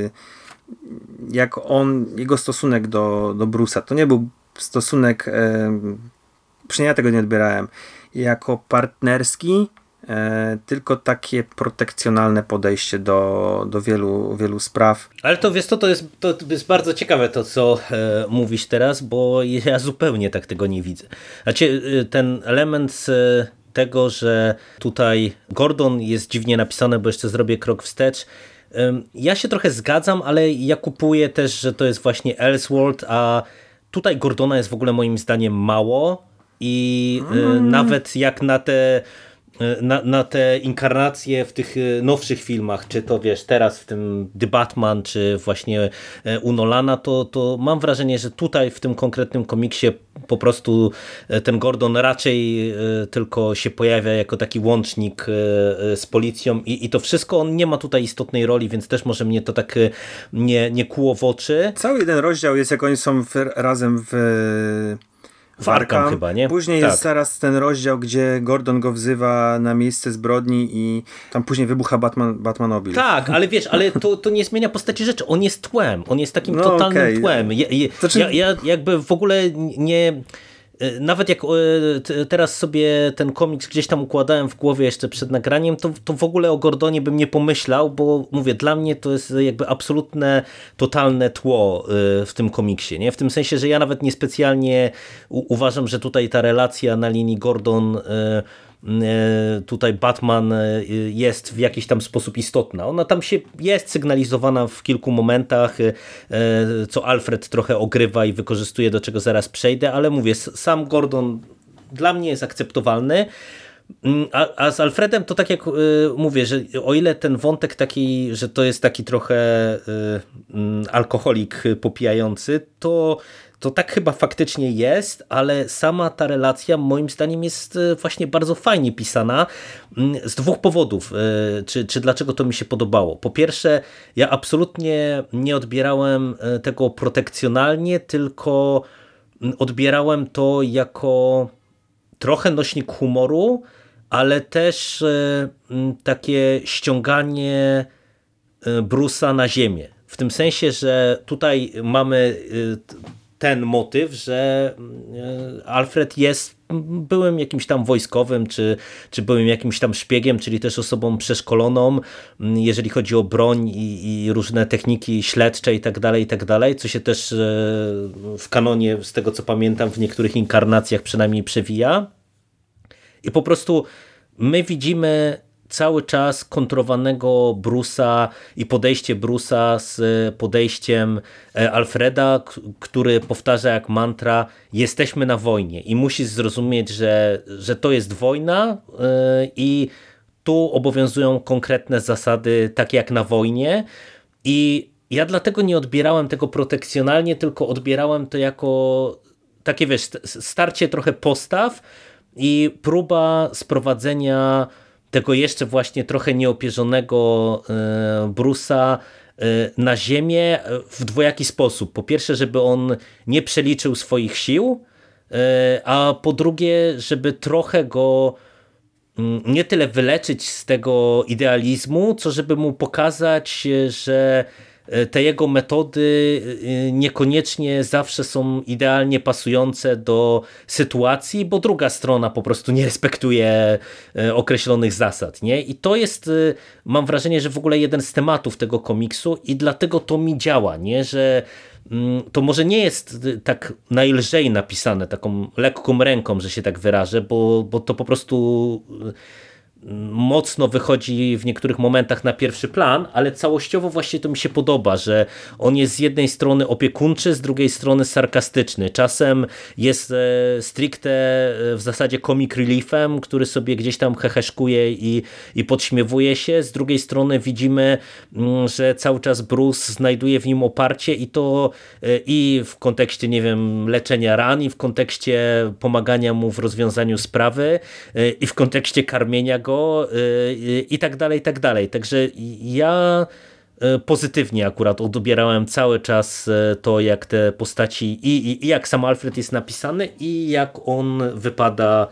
jak on, jego stosunek do, do Bruce'a. To nie był stosunek, e, przynajmniej ja tego nie odbierałem, jako partnerski, E, tylko takie protekcjonalne podejście do, do wielu, wielu spraw.
Ale to wiesz co, to jest, to jest bardzo ciekawe to, co e, mówisz teraz, bo ja zupełnie tak tego nie widzę. Znaczy ten element e, tego, że tutaj Gordon jest dziwnie napisane, bo jeszcze zrobię krok wstecz. E, ja się trochę zgadzam, ale ja kupuję też, że to jest właśnie Elseworld, a tutaj Gordona jest w ogóle moim zdaniem mało i e, mm. nawet jak na te na, na te inkarnacje w tych nowszych filmach, czy to wiesz, teraz w tym The Batman, czy właśnie u Nolana, to, to mam wrażenie, że tutaj w tym konkretnym komiksie po prostu ten Gordon raczej tylko się pojawia jako taki łącznik z policją i, i to wszystko, on nie ma tutaj istotnej roli, więc też może mnie to tak nie, nie kłuło w oczy.
Cały jeden rozdział jest, jak oni są w, razem w
W Arkham chyba, nie?
Później
tak.
jest zaraz ten rozdział, gdzie Gordon go wzywa na miejsce zbrodni i tam później wybucha Batman, Batmanobil.
Tak, ale wiesz, ale to, to nie zmienia postaci rzeczy. On jest tłem. On jest takim
no,
totalnym
okay.
tłem. Ja, ja, znaczy... ja, ja jakby w ogóle nie... Nawet jak teraz sobie ten komiks gdzieś tam układałem w głowie jeszcze przed nagraniem, to, to w ogóle o Gordonie bym nie pomyślał, bo mówię, dla mnie to jest jakby absolutne, totalne tło w tym komiksie. Nie? W tym sensie, że ja nawet niespecjalnie uważam, że tutaj ta relacja na linii Gordon tutaj Batman jest w jakiś tam sposób istotna. Ona tam się jest sygnalizowana w kilku momentach, co Alfred trochę ogrywa i wykorzystuje, do czego zaraz przejdę, ale mówię, sam Gordon dla mnie jest akceptowalny, a, a z Alfredem to tak jak y, mówię, że o ile ten wątek taki, że to jest taki trochę y, y, alkoholik popijający, to to tak chyba faktycznie jest, ale sama ta relacja moim zdaniem jest właśnie bardzo fajnie pisana z dwóch powodów, czy, czy dlaczego to mi się podobało. Po pierwsze, ja absolutnie nie odbierałem tego protekcjonalnie, tylko odbierałem to jako trochę nośnik humoru, ale też takie ściąganie Bruce'a na ziemię. W tym sensie, że tutaj mamy ten motyw, że Alfred jest byłym jakimś tam wojskowym, czy, czy byłym jakimś tam szpiegiem, czyli też osobą przeszkoloną, jeżeli chodzi o broń i, i różne techniki śledcze i tak dalej, i tak dalej, co się też w kanonie, z tego co pamiętam, w niektórych inkarnacjach przynajmniej przewija. I po prostu my widzimy cały czas kontrowanego Bruce'a i podejście Bruce'a z podejściem Alfreda, który powtarza jak mantra: jesteśmy na wojnie i musisz zrozumieć, że, że to jest wojna i tu obowiązują konkretne zasady, takie jak na wojnie. I ja dlatego nie odbierałem tego protekcjonalnie, tylko odbierałem to jako takie, wiesz, starcie trochę postaw i próba sprowadzenia tego jeszcze właśnie trochę nieopierzonego Bruce'a na ziemię w dwojaki sposób. Po pierwsze, żeby on nie przeliczył swoich sił, a po drugie, żeby trochę go nie tyle wyleczyć z tego idealizmu, co żeby mu pokazać, że te jego metody niekoniecznie zawsze są idealnie pasujące do sytuacji, bo druga strona po prostu nie respektuje określonych zasad, nie? I to jest, mam wrażenie, że w ogóle jeden z tematów tego komiksu i dlatego to mi działa, nie? Że to może nie jest tak najlżej napisane, taką lekką ręką, że się tak wyrażę, bo, bo to po prostu mocno wychodzi w niektórych momentach na pierwszy plan, ale całościowo właśnie to mi się podoba, że on jest z jednej strony opiekuńczy, z drugiej strony sarkastyczny. Czasem jest stricte w zasadzie comic reliefem, który sobie gdzieś tam heheszkuje i, i podśmiewuje się. Z drugiej strony widzimy, że cały czas Bruce znajduje w nim oparcie i to i w kontekście, nie wiem, leczenia ran, i w kontekście pomagania mu w rozwiązaniu sprawy, i w kontekście karmienia go i tak dalej, i tak dalej. Także ja pozytywnie akurat odbierałem cały czas to, jak te postaci i, i, i jak sam Alfred jest napisany i jak on wypada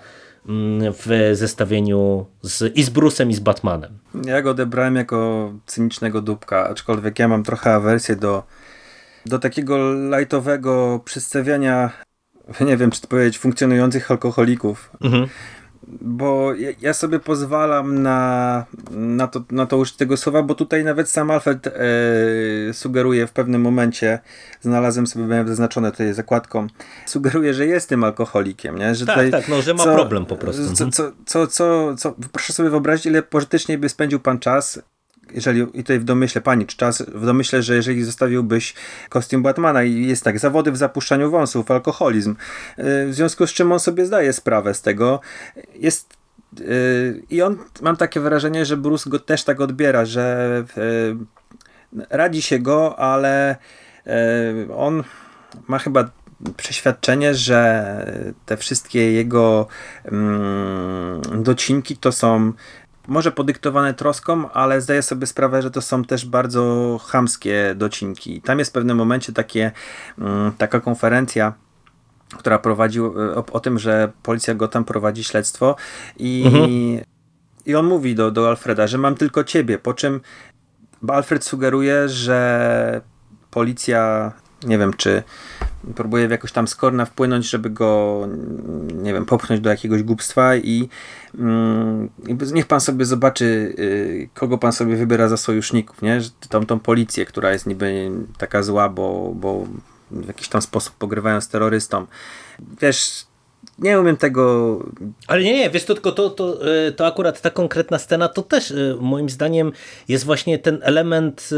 w zestawieniu z, i z Bruce'em, i z Batmanem.
Ja go odebrałem jako cynicznego dupka, aczkolwiek ja mam trochę awersję do, do takiego lightowego przedstawiania, nie wiem, czy to powiedzieć, funkcjonujących alkoholików. Mhm. Bo ja, ja sobie pozwalam na, na, to, na to użyć tego słowa, bo tutaj nawet sam Alfred e, sugeruje w pewnym momencie, znalazłem sobie, miałem zaznaczone tutaj zakładką, sugeruje, że jest tym alkoholikiem, nie? Że
tak,
tutaj,
tak, no, że ma
co,
problem po prostu.
Co, co, co, co, co, proszę sobie wyobrazić, ile pożytecznie by spędził pan czas, jeżeli, i tutaj w domyśle, panicz czas, w domyśle, że jeżeli zostawiłbyś kostium Batmana i jest tak, zawody w zapuszczaniu wąsów, alkoholizm, w związku z czym on sobie zdaje sprawę z tego, jest Yy, I on, mam takie wrażenie, że Bruce go też tak odbiera, że yy, radzi się go, ale yy, on ma chyba przeświadczenie, że te wszystkie jego yy, docinki to są może podyktowane troską, ale zdaję sobie sprawę, że to są też bardzo chamskie docinki. Tam jest w pewnym momencie takie, yy, taka konferencja, która prowadzi o, o tym, że policja Gotham prowadzi śledztwo i, mhm. i on mówi do, do Alfreda, że mam tylko ciebie, po czym Alfred sugeruje, że policja, nie wiem, czy próbuje w jakoś tam skorna wpłynąć, żeby go, nie wiem, popchnąć do jakiegoś głupstwa i, mm, i niech pan sobie zobaczy, y, kogo pan sobie wybiera za sojuszników, nie? Że tą, tą policję, która jest niby taka zła, bo, bo w jakiś tam sposób pogrywają z terrorystą. Wiesz, nie umiem tego...
Ale nie, nie, wiesz, to tylko to, to, to akurat ta konkretna scena to też moim zdaniem jest właśnie ten element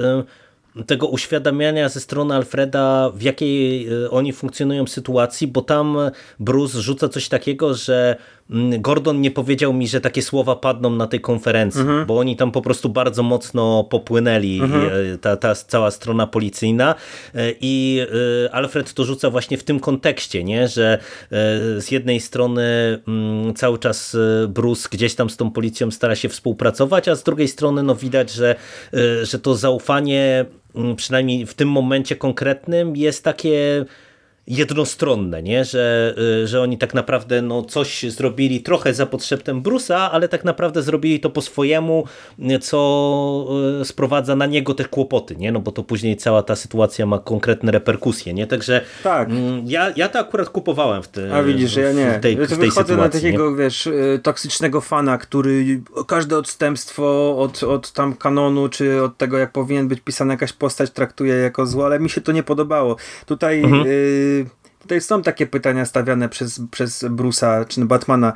tego uświadamiania ze strony Alfreda, w jakiej oni funkcjonują sytuacji, bo tam Bruce rzuca coś takiego, że Gordon nie powiedział mi, że takie słowa padną na tej konferencji, mhm. bo oni tam po prostu bardzo mocno popłynęli, mhm. ta, ta cała strona policyjna i Alfred to rzuca właśnie w tym kontekście, nie? Że z jednej strony cały czas Bruce gdzieś tam z tą policją stara się współpracować, a z drugiej strony no widać, że, że to zaufanie przynajmniej w tym momencie konkretnym jest takie jednostronne, nie? Że, że oni tak naprawdę no, coś zrobili trochę za potrzebem Bruce'a, ale tak naprawdę zrobili to po swojemu, co sprowadza na niego te kłopoty, nie? No bo to później cała ta sytuacja ma konkretne reperkusje, nie? Także
tak.
ja, ja to akurat kupowałem w, te,
A widzisz, ja nie.
w tej, w tej
wychodzę
sytuacji.
Na takiego, nie? Wiesz, toksycznego fana, który każde odstępstwo od, od tam kanonu, czy od tego, jak powinien być pisana jakaś postać, traktuje jako zło, ale mi się to nie podobało. Tutaj mhm. y Tutaj są takie pytania stawiane przez, przez Bruce'a czy Batmana,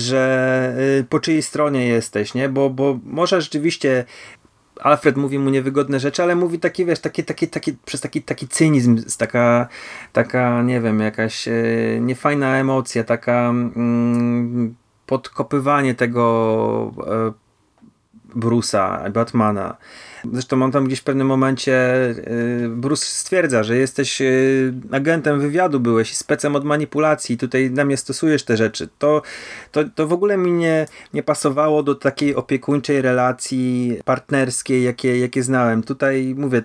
że y, po czyjej stronie jesteś, nie? Bo, bo może rzeczywiście Alfred mówi mu niewygodne rzeczy, ale mówi taki, wiesz, taki, taki, taki, przez taki, taki cynizm, taka, taka, nie wiem, jakaś y, niefajna emocja, taka y, podkopywanie tego y, Bruce'a, Batmana. Zresztą on tam gdzieś w pewnym momencie yy, Bruce stwierdza, że jesteś yy, agentem wywiadu, byłeś specem od manipulacji, tutaj na mnie stosujesz te rzeczy. To, to, to w ogóle mi nie, nie pasowało do takiej opiekuńczej relacji partnerskiej, jakie, jakie znałem. Tutaj mówię,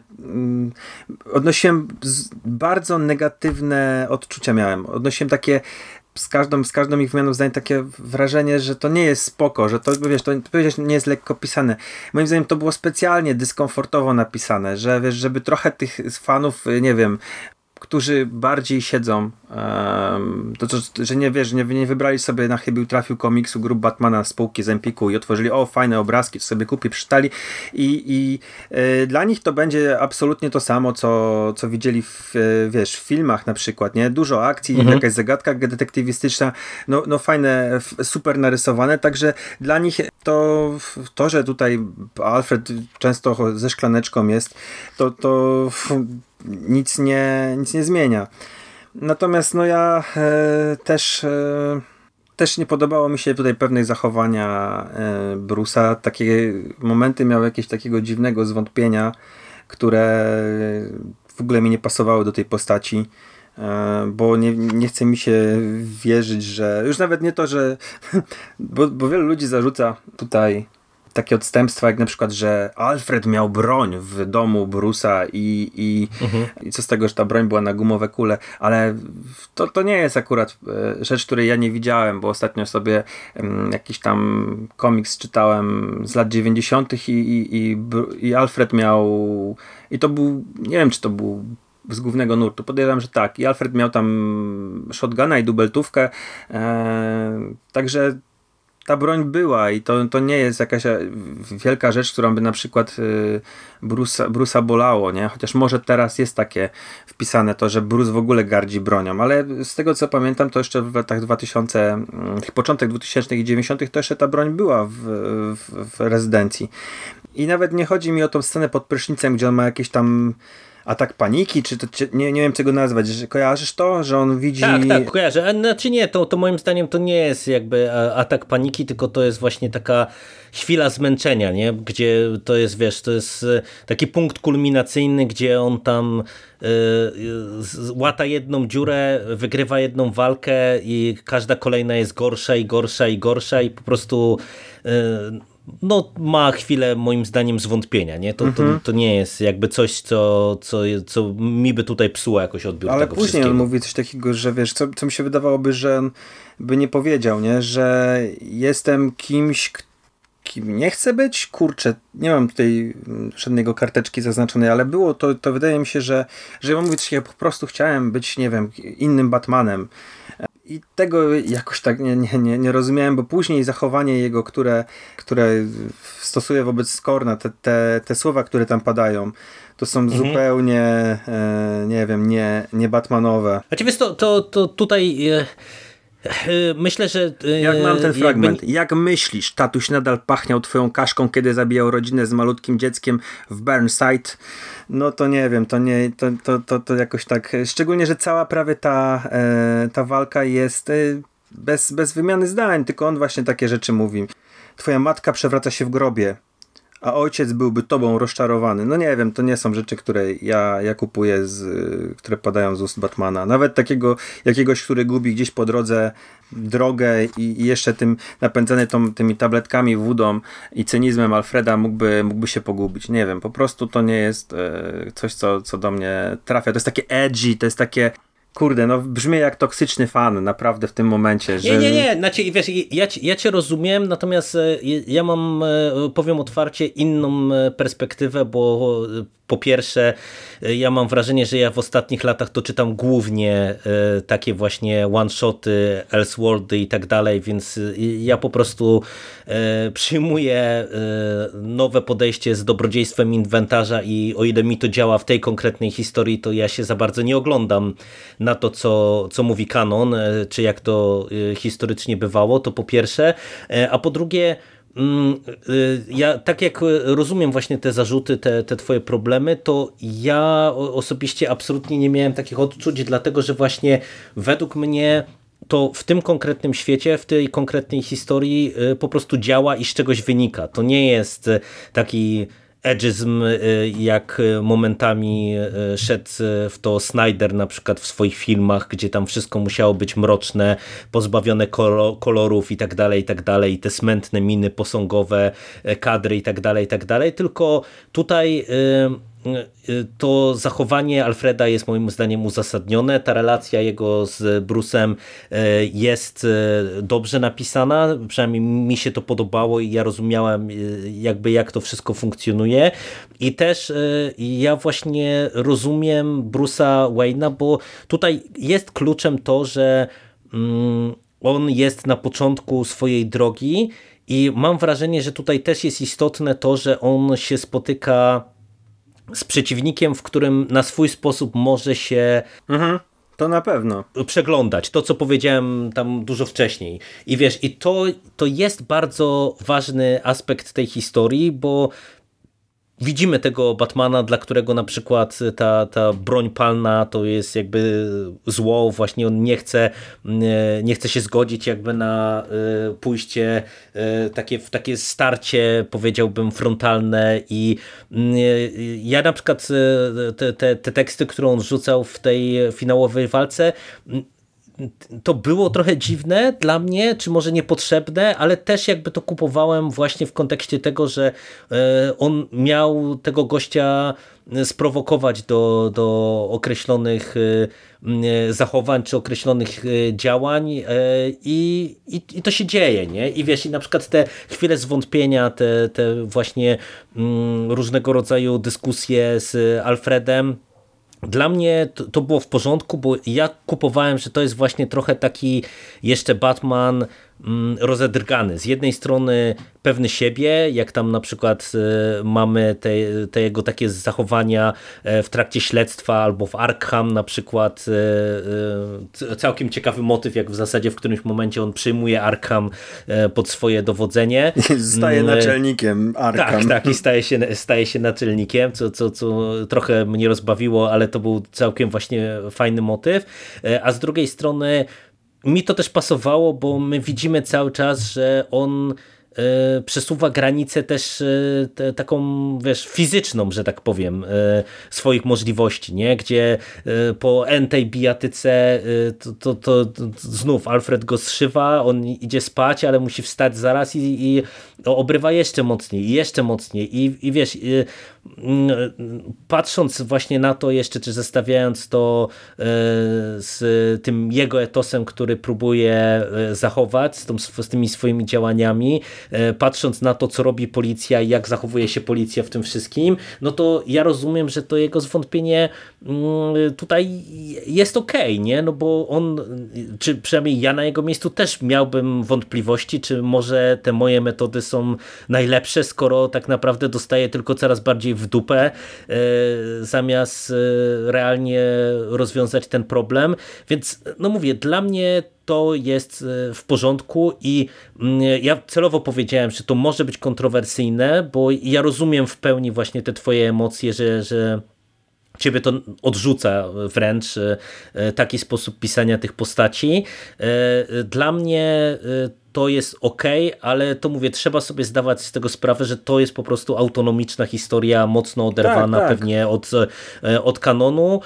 yy, odnosiłem z, bardzo negatywne odczucia miałem. Odnosiłem takie z każdą, z każdą ich wymianą zdań takie wrażenie, że to nie jest spoko, że to, wiesz, to nie jest lekko pisane. Moim zdaniem to było specjalnie dyskomfortowo napisane, że wiesz, żeby trochę tych fanów, nie wiem, którzy bardziej siedzą, um, to, to, że nie wiesz, nie, nie wybrali sobie na chybił trafił komiksu grup Batmana z półki z Empiku i otworzyli, o fajne obrazki, to sobie kupi, przeczytali i, i y, dla nich to będzie absolutnie to samo, co, co widzieli w, y, wiesz, w filmach na przykład, nie? Dużo akcji, mhm. jakaś zagadka detektywistyczna, no, no fajne, f, super narysowane, także dla nich to, to, że tutaj Alfred często ze szklaneczką jest, to, to f, nic nie, nic nie zmienia. Natomiast no ja e, też e, też nie podobało mi się tutaj pewnych zachowania e, Bruce'a. Takie momenty miały jakiegoś takiego dziwnego zwątpienia, które w ogóle mi nie pasowały do tej postaci, e, bo nie, nie chce mi się wierzyć, że już nawet nie to, że bo, bo wielu ludzi zarzuca tutaj takie odstępstwa, jak na przykład, że Alfred miał broń w domu Bruce'a i, i, mhm. i co z tego, że ta broń była na gumowe kule, ale to, to nie jest akurat rzecz, której ja nie widziałem, bo ostatnio sobie um, jakiś tam komiks czytałem z lat dziewięćdziesiątych i, i, i, i Alfred miał i to był, nie wiem, czy to był z głównego nurtu, podejrzewam, że tak. I Alfred miał tam shotguna i dubeltówkę, e, także ta broń była i to, to nie jest jakaś wielka rzecz, którą by na przykład y, Bruce'a, Bruce'a bolało, nie? Chociaż może teraz jest takie wpisane to, że Bruce w ogóle gardzi bronią, ale z tego co pamiętam, to jeszcze w latach dwutysięcznych, początek dwutysięcznych i dziewięćdziesiątych to jeszcze ta broń była w, w, w rezydencji. I nawet nie chodzi mi o tą scenę pod prysznicem, gdzie on ma jakieś tam atak paniki, czy to, czy, nie, nie wiem czego nazwać, że kojarzysz to, że on widzi...
Tak, tak, kojarzę. Znaczy nie, to, to moim zdaniem to nie jest jakby atak paniki, tylko to jest właśnie taka chwila zmęczenia, nie? Gdzie to jest, wiesz, to jest taki punkt kulminacyjny, gdzie on tam y, y, łata jedną dziurę, wygrywa jedną walkę i każda kolejna jest gorsza i gorsza i gorsza i po prostu y, no, ma chwilę moim zdaniem zwątpienia, nie? To, mhm. to, to nie jest jakby coś, co, co, co mi by tutaj psuło jakoś odbiór
ale
tego
później
wszystkiego.
On mówi coś takiego, że wiesz, co, co mi się wydawałoby, że on by nie powiedział, nie? Że jestem kimś, kim nie chcę być? Kurczę, nie mam tutaj żadnego karteczki zaznaczonej, ale było to, to wydaje mi się, że, że on mówi coś, ja po prostu chciałem być, nie wiem, innym Batmanem. I tego jakoś tak nie, nie, nie, nie rozumiałem, bo później zachowanie jego, które, które stosuje wobec Scorna, te, te, te słowa, które tam padają, to są mhm. zupełnie, e, nie wiem, nie, nie Batmanowe.
A wiesz, to, to, to tutaj... E... Myślę, że...
Jak mam ten fragment. Jakby... Jak myślisz, tatuś nadal pachniał twoją kaszką, kiedy zabijał rodzinę z malutkim dzieckiem w Burnside? No to nie wiem, to nie, to, to, to, to jakoś tak, szczególnie, że cała prawie ta, e, ta walka jest e, bez, bez wymiany zdań, tylko on właśnie takie rzeczy mówi. Twoja matka przewraca się w grobie, a ojciec byłby tobą rozczarowany. No nie wiem, to nie są rzeczy, które ja, ja kupuję, z, które padają z ust Batmana. Nawet takiego jakiegoś, który gubi gdzieś po drodze drogę i, i jeszcze tym napędzany tą, tymi tabletkami, wódą i cynizmem Alfreda mógłby, mógłby się pogubić. Nie wiem, po prostu to nie jest e, coś, co, co do mnie trafia. To jest takie edgy, to jest takie kurde, no brzmi jak toksyczny fan naprawdę w tym momencie. Że...
Nie, nie, nie, znaczy, wiesz, ja, ja cię rozumiem, natomiast ja mam, powiem otwarcie, inną perspektywę, bo po pierwsze, ja mam wrażenie, że ja w ostatnich latach to czytam głównie takie właśnie one-shoty, Elseworldy i tak dalej, więc ja po prostu przyjmuję nowe podejście z dobrodziejstwem inwentarza i o ile mi to działa w tej konkretnej historii, to ja się za bardzo nie oglądam na to, co, co mówi kanon, czy jak to historycznie bywało, to po pierwsze, a po drugie, ja tak jak rozumiem właśnie te zarzuty, te, te twoje problemy, to ja osobiście absolutnie nie miałem takich odczuć, dlatego że właśnie według mnie to w tym konkretnym świecie, w tej konkretnej historii po prostu działa i z czegoś wynika. To nie jest taki edgyzm, jak momentami szedł w to Snyder na przykład w swoich filmach, gdzie tam wszystko musiało być mroczne, pozbawione kolorów i tak dalej, i tak dalej, te smętne miny posągowe, kadry i tak dalej, i tak dalej, tylko tutaj to zachowanie Alfreda jest moim zdaniem uzasadnione, ta relacja jego z Bruce'em jest dobrze napisana, przynajmniej mi się to podobało i ja rozumiałem jakby jak to wszystko funkcjonuje i też ja właśnie rozumiem Bruce'a Wayne'a, bo tutaj jest kluczem to, że on jest na początku swojej drogi i mam wrażenie, że tutaj też jest istotne to, że on się spotyka z przeciwnikiem, w którym na swój sposób może się
mhm, to na pewno
przeglądać. To, co powiedziałem tam dużo wcześniej. I wiesz, i to, to jest bardzo ważny aspekt tej historii, bo widzimy tego Batmana, dla którego na przykład ta, ta broń palna to jest jakby zło, właśnie on nie chce, nie chce się zgodzić jakby na pójście takie, w takie starcie, powiedziałbym, frontalne i ja na przykład te, te, te teksty, które on rzucał w tej finałowej walce, to było trochę dziwne dla mnie, czy może niepotrzebne, ale też jakby to kupowałem właśnie w kontekście tego, że on miał tego gościa sprowokować do, do określonych zachowań, czy określonych działań i, i, i to się dzieje, nie? I wiesz, i na przykład te chwile zwątpienia, te, te właśnie różnego rodzaju dyskusje z Alfredem, dla mnie to, to było w porządku, bo ja kupowałem, że to jest właśnie trochę taki jeszcze Batman rozedrgany. Z jednej strony pewny siebie, jak tam na przykład mamy te, te jego takie zachowania w trakcie śledztwa albo w Arkham na przykład, całkiem ciekawy motyw, jak w zasadzie w którymś momencie on przyjmuje Arkham pod swoje dowodzenie.
Staje naczelnikiem Arkham.
Tak, tak i staje się, staje się naczelnikiem, co, co, co trochę mnie rozbawiło, ale to był całkiem właśnie fajny motyw. A z drugiej strony mi to też pasowało, bo my widzimy cały czas, że on y, przesuwa granicę też y, te, taką, wiesz, fizyczną, że tak powiem, y, swoich możliwości, nie? Gdzie y, po entej bijatyce y, to, to, to, to znów Alfred go zszywa, on idzie spać, ale musi wstać zaraz i, i obrywa jeszcze mocniej i jeszcze mocniej i, i wiesz, y, patrząc właśnie na to jeszcze, czy zestawiając to z tym jego etosem, który próbuje zachować, z, tą, z tymi swoimi działaniami, patrząc na to, co robi policja i jak zachowuje się policja w tym wszystkim, no to ja rozumiem, że to jego zwątpienie tutaj jest okej, nie? No bo on, czy przynajmniej ja na jego miejscu też miałbym wątpliwości, czy może te moje metody są najlepsze, skoro tak naprawdę dostaję tylko coraz bardziej w dupę, zamiast realnie rozwiązać ten problem. Więc no mówię, dla mnie to jest w porządku i ja celowo powiedziałem, że to może być kontrowersyjne, bo ja rozumiem w pełni właśnie te twoje emocje, że, że ciebie to odrzuca wręcz taki sposób pisania tych postaci. Dla mnie to jest okej, ale to mówię, trzeba sobie zdawać z tego sprawę, że to jest po prostu autonomiczna historia, mocno oderwana tak, tak. pewnie od, od kanonu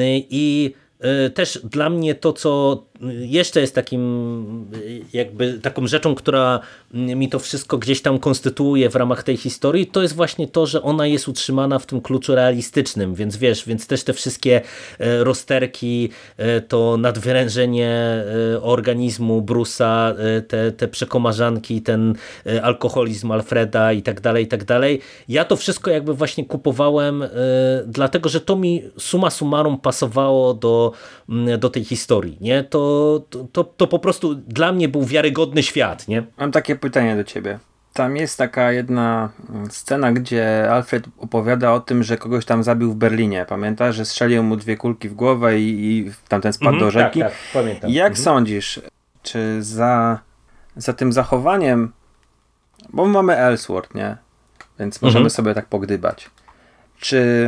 i też dla mnie to, co jeszcze jest takim jakby taką rzeczą, która mi to wszystko gdzieś tam konstytuuje w ramach tej historii, to jest właśnie to, że ona jest utrzymana w tym kluczu realistycznym, więc wiesz, więc też te wszystkie rozterki, to nadwyrężenie organizmu Bruce'a, te, te przekomarzanki, ten alkoholizm Alfreda i tak dalej, i tak dalej. Ja to wszystko jakby właśnie kupowałem dlatego, że to mi summa summarum pasowało do, do tej historii, nie? To To, to, to po prostu dla mnie był wiarygodny świat, nie?
Mam takie pytanie do ciebie. Tam jest taka jedna scena, gdzie Alfred opowiada o tym, że kogoś tam zabił w Berlinie. Pamiętasz, że strzelił mu dwie kulki w głowę i, i tamten spadł
mhm,
do rzeki?
Tak, tak, pamiętam.
Jak
mhm.
sądzisz, czy za, za tym zachowaniem, bo mamy Ellsworth, nie? Więc możemy mhm. sobie tak pogdybać. Czy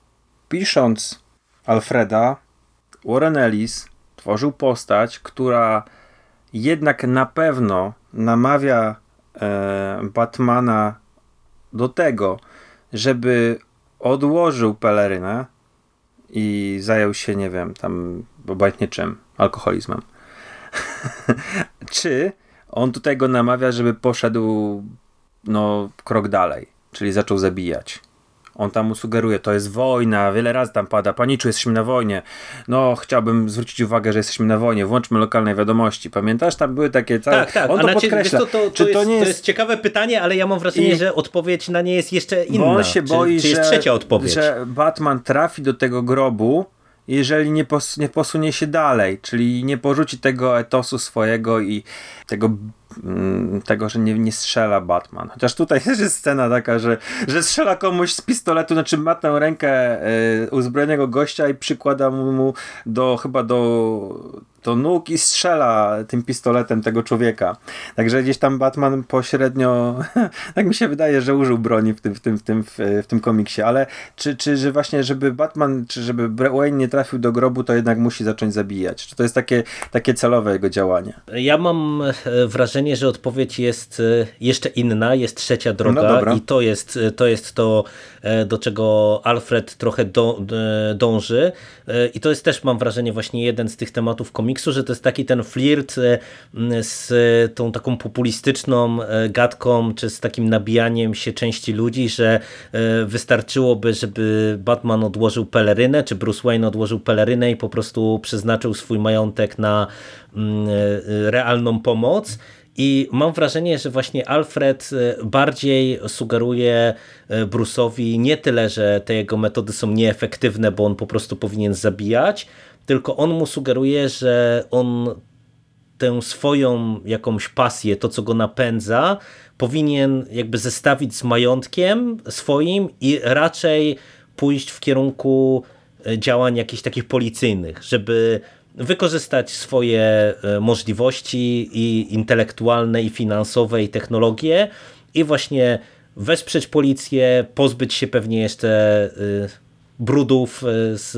pisząc Alfreda, Warren Ellis tworzył postać, która jednak na pewno namawia e, Batmana do tego, żeby odłożył pelerynę i zajął się, nie wiem, tam obojętnie czym, alkoholizmem. Czy on tutaj go namawia, żeby poszedł no, krok dalej, czyli zaczął zabijać. On tam mu sugeruje, to jest wojna, wiele razy tam pada, paniczu, jesteśmy na wojnie. No, chciałbym zwrócić uwagę, że jesteśmy na wojnie, włączmy lokalne wiadomości. Pamiętasz? Tam były takie całe...
Tak, tak.
On to
znaczy,
podkreśla.
To, to, to,
czy to,
jest,
nie jest...
to jest ciekawe pytanie, ale ja mam wrażenie, I... że odpowiedź na nie jest jeszcze inna.
Bo on się boi,
czy, czy jest
że,
trzecia odpowiedź.
że Batman trafi do tego grobu, jeżeli nie, pos- nie posunie się dalej, czyli nie porzuci tego etosu swojego i tego, mm, tego że nie, nie strzela Batman. Chociaż tutaj też jest scena taka, że, że strzela komuś z pistoletu, znaczy ma tę rękę y, uzbrojonego gościa i przykłada mu do chyba do, do nóg i strzela tym pistoletem tego człowieka. Także gdzieś tam Batman pośrednio tak mi się wydaje, że użył broni w tym, w tym, w tym, w, w tym komiksie, ale czy, czy że właśnie, żeby Batman, czy żeby Wayne nie trafił do grobu, to jednak musi zacząć zabijać? Czy to jest takie, takie celowe jego działanie?
Ja mam wrażenie, że odpowiedź jest jeszcze inna, jest trzecia droga
no
i to jest, to jest to, do czego Alfred trochę do, dąży i to jest też, mam wrażenie, właśnie jeden z tych tematów komiksu, że to jest taki ten flirt z tą taką populistyczną gadką, czy z takim nabijaniem się części ludzi, że wystarczyłoby, żeby Batman odłożył pelerynę, czy Bruce Wayne odłożył pelerynę i po prostu przeznaczył swój majątek na realną pomoc. I mam wrażenie, że właśnie Alfred bardziej sugeruje Bruce'owi nie tyle, że te jego metody są nieefektywne, bo on po prostu powinien zabijać, tylko on mu sugeruje, że on tę swoją jakąś pasję, to co go napędza, powinien jakby zestawić z majątkiem swoim i raczej pójść w kierunku działań jakichś takich policyjnych, żeby wykorzystać swoje możliwości i intelektualne, i finansowe, i technologie i właśnie wesprzeć policję, pozbyć się pewnie jeszcze brudów z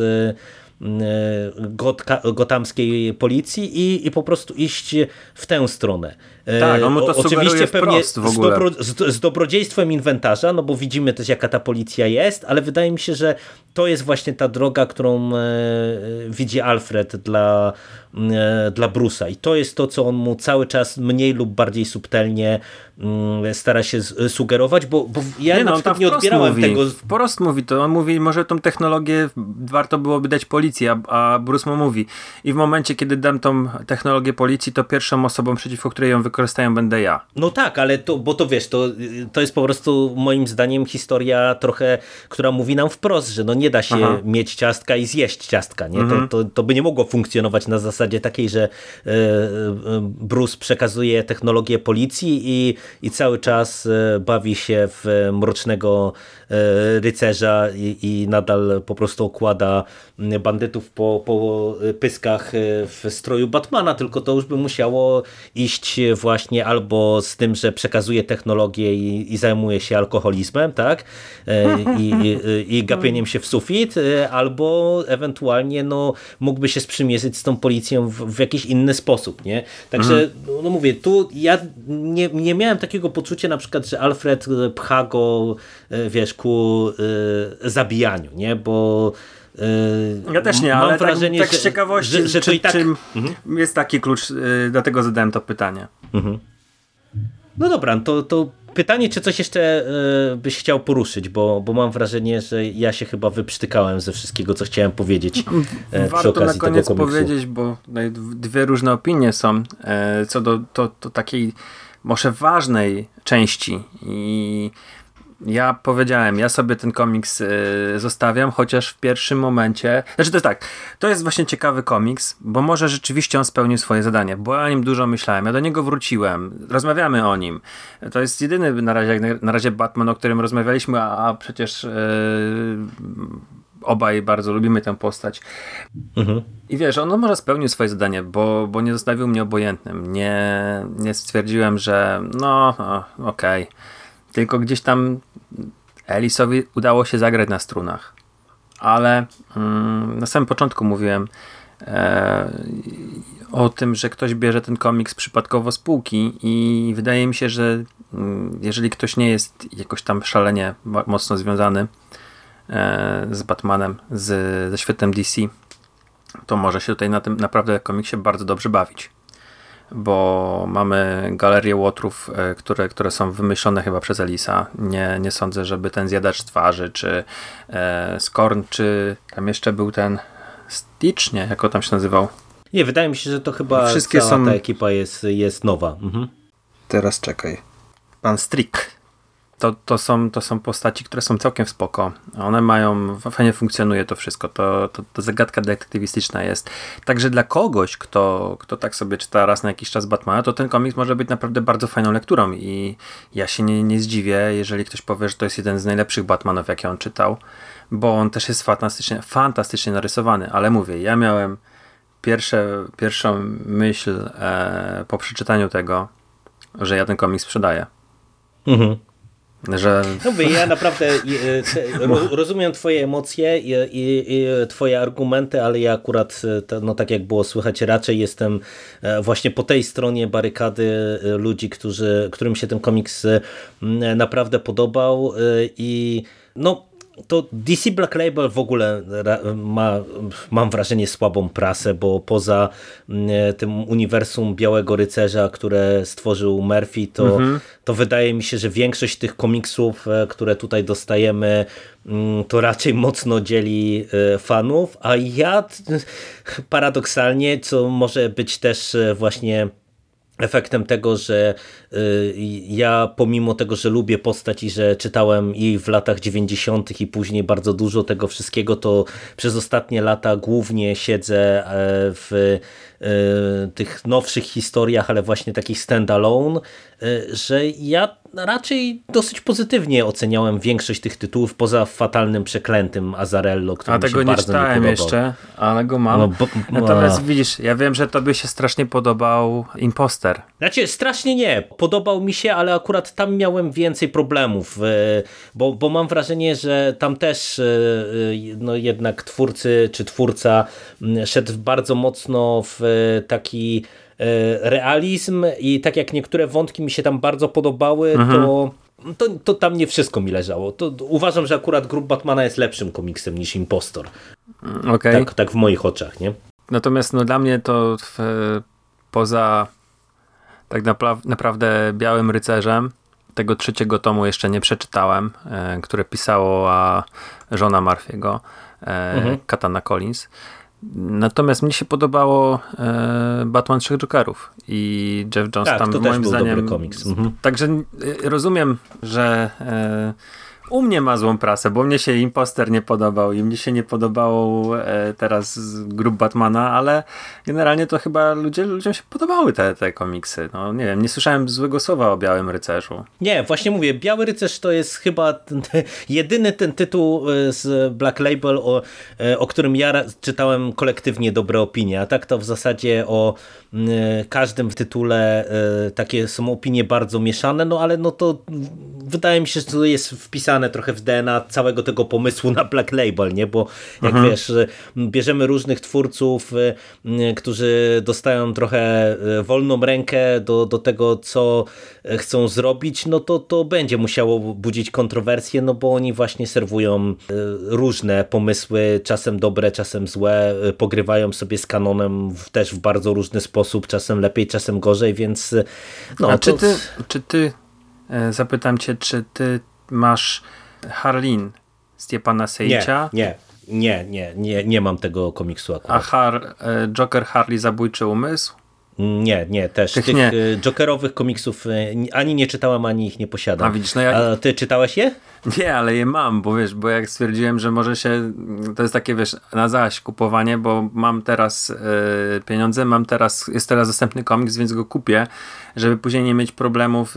gotka, gotamskiej policji i, i po prostu iść w tę stronę.
Tak, on mu to
o, oczywiście pewnie
w ogóle.
Z, dobro, z, z dobrodziejstwem inwentarza, no bo widzimy też jaka ta policja jest, ale wydaje mi się, że to jest właśnie ta droga, którą e, widzi Alfred dla, e, dla Bruce'a i to jest to, co on mu cały czas mniej lub bardziej subtelnie m, stara się z, sugerować, bo, bo ja
nie,
na
no,
przykład nie odbierałem
mówi,
tego.
Wprost mówi to, on mówi, może tą technologię warto byłoby dać policji, a, a Bruce mu mówi i w momencie, kiedy dam tą technologię policji, to pierwszą osobą, przeciwko której ją wykorzystają, będę ja.
No tak, ale to, bo to wiesz, to, to jest po prostu moim zdaniem historia trochę, która mówi nam wprost, że no nie da się Aha. mieć ciastka i zjeść ciastka, nie? Mhm. To, to, to by nie mogło funkcjonować na zasadzie takiej, że e, Bruce przekazuje technologię policji i, i cały czas bawi się w mrocznego e, rycerza i, i nadal po prostu okłada bandytów po, po pyskach w stroju Batmana, tylko to już by musiało iść właśnie albo z tym, że przekazuje technologię i, i zajmuje się alkoholizmem, tak? I, i, i gapieniem się w sufit, albo ewentualnie no, mógłby się sprzymierzyć z tą policją w, w jakiś inny sposób, nie? Także, mhm. no mówię, tu ja nie, nie miałem takiego poczucia na przykład, że Alfred pcha go, wiesz, ku y, zabijaniu, nie? Bo
ja też nie,
mam
ale
wrażenie,
tak, tak
że,
z ciekawości,
że, że
czy,
to i tak...
czym
mhm.
jest taki klucz, dlatego zadałem to pytanie.
Mhm. No dobra, to, to pytanie, czy coś jeszcze y, byś chciał poruszyć, bo, bo mam wrażenie, że ja się chyba wyprztykałem ze wszystkiego, co chciałem powiedzieć y,
Warto
przy okazji
na koniec
tego komiksu.
powiedzieć, bo dwie różne opinie są e, co do to, to takiej może ważnej części i ja powiedziałem, ja sobie ten komiks y, zostawiam, chociaż w pierwszym momencie, znaczy to jest tak, to jest właśnie ciekawy komiks, bo może rzeczywiście on spełnił swoje zadanie, bo ja o nim dużo myślałem, ja do niego wróciłem, rozmawiamy o nim, to jest jedyny na razie, na razie Batman, o którym rozmawialiśmy, a, a przecież y, obaj bardzo lubimy tę postać. Mhm. I wiesz, on może spełnił swoje zadanie, bo, bo nie zostawił mnie obojętnym, nie, nie stwierdziłem, że no, okej, okay. Tylko gdzieś tam Ellisowi udało się zagrać na strunach. Ale mm, na samym początku mówiłem e, o tym, że ktoś bierze ten komiks przypadkowo z półki i wydaje mi się, że mm, jeżeli ktoś nie jest jakoś tam szalenie mocno związany e, z Batmanem, z, ze światem D C, to może się tutaj na tym naprawdę komiksie bardzo dobrze bawić. Bo mamy galerię łotrów, które, które są wymyślone chyba przez Ellisa. Nie, nie sądzę, żeby ten zjadacz twarzy, czy e, Skorn, czy tam jeszcze był ten Stitch, nie? Jak on tam się nazywał?
Nie, wydaje mi się, że to chyba
wszystkie
cała
są...
ta ekipa jest, jest nowa. Mhm.
Teraz czekaj. Pan Strick. To, to, są, to są postaci, które są całkiem spoko. One mają, fajnie funkcjonuje to wszystko. To, to, to zagadka detektywistyczna jest. Także dla kogoś, kto, kto tak sobie czyta raz na jakiś czas Batmana, to ten komiks może być naprawdę bardzo fajną lekturą i ja się nie, nie zdziwię, jeżeli ktoś powie, że to jest jeden z najlepszych Batmanów, jakie on czytał, bo on też jest fantastycznie, fantastycznie narysowany, ale mówię, ja miałem pierwsze, pierwszą myśl e, po przeczytaniu tego, że ja ten komiks sprzedaję. Mhm. Że...
No mówię, ja naprawdę rozumiem twoje emocje i, i, i twoje argumenty, ale ja akurat, no tak jak było słychać, raczej jestem właśnie po tej stronie barykady ludzi, którzy, którym się ten komiks naprawdę podobał i no to D C Black Label w ogóle ma, mam wrażenie, słabą prasę, bo poza tym uniwersum Białego Rycerza, które stworzył Murphy, to, mhm. to wydaje mi się, że większość tych komiksów, które tutaj dostajemy, to raczej mocno dzieli fanów, a ja paradoksalnie, co może być też właśnie efektem tego, że y, ja pomimo tego, że lubię postać i że czytałem jej w latach dziewięćdziesiątych i później bardzo dużo tego wszystkiego, to przez ostatnie lata głównie siedzę w y, tych nowszych historiach, ale właśnie takich stand-alone, y, że ja raczej dosyć pozytywnie oceniałem większość tych tytułów poza Fatalnym Przeklętym Azarello, który
A
mi
tego
się
nie
bardzo nie
czytałem
podobał.
jeszcze, ale go mam.
No, bo,
Natomiast
a.
widzisz, ja wiem, że tobie się strasznie podobał Imposter.
Znaczy, strasznie nie. Podobał mi się, ale akurat tam miałem więcej problemów, bo, bo mam wrażenie, że tam też no jednak twórcy czy twórca szedł bardzo mocno w taki realizm i tak jak niektóre wątki mi się tam bardzo podobały, mhm. to To, to tam nie wszystko mi leżało. To uważam, że akurat Grób Batmana jest lepszym komiksem niż Impostor.
Okay.
Tak, tak w moich oczach, nie?
Natomiast no, dla mnie to w, poza tak napra- naprawdę Białym Rycerzem, tego trzeciego tomu jeszcze nie przeczytałem, e, które pisała żona Murphy'ego, e, mhm. Katana Collins. Natomiast mnie się podobało e, Batman Trzech Jokerów i Jeff Jones
tak,
tam
to
moim
też był
zdaniem.
Dobry komiks. Mhm.
Także e, rozumiem, że e, u mnie ma złą prasę, bo mnie się Imposter nie podobał i mnie się nie podobało e, teraz Grób Batmana, ale generalnie to chyba ludzie, ludziom się podobały te, te komiksy. No nie wiem, nie słyszałem złego słowa o Białym Rycerzu.
Nie, właśnie mówię, Biały Rycerz to jest chyba ten, ten, jedyny ten tytuł z Black Label, o, o którym ja czytałem kolektywnie dobre opinie, a tak to w zasadzie o każdym w tytule takie są opinie bardzo mieszane, no ale no to wydaje mi się, że to jest wpisane trochę w D N A całego tego pomysłu na Black Label, nie? Bo jak mhm. wiesz, bierzemy różnych twórców, którzy dostają trochę wolną rękę do, do tego, co chcą zrobić, no to to będzie musiało budzić kontrowersje, no bo oni właśnie serwują różne pomysły, czasem dobre, czasem złe, pogrywają sobie z kanonem w, też w bardzo różny sposób, czasem lepiej, czasem gorzej, więc no.
A
to...
czy ty, czy ty zapytam cię, czy ty masz Harleen Stepana Sejcia?
Nie, nie, nie, nie, nie mam tego komiksu akurat.
A Har, Joker Harley Zabójczy Umysł?
Nie, nie, też.
Tych,
Tych
nie.
Jokerowych komiksów ani nie czytałem, ani ich nie posiadam.
A widzisz, no ja...
A ty czytałeś je?
Nie, ale je mam, bo wiesz, bo jak stwierdziłem, że może się, to jest takie, wiesz, na zaś kupowanie, bo mam teraz y, pieniądze, mam teraz, jest teraz dostępny komiks, więc go kupię, żeby później nie mieć problemów y,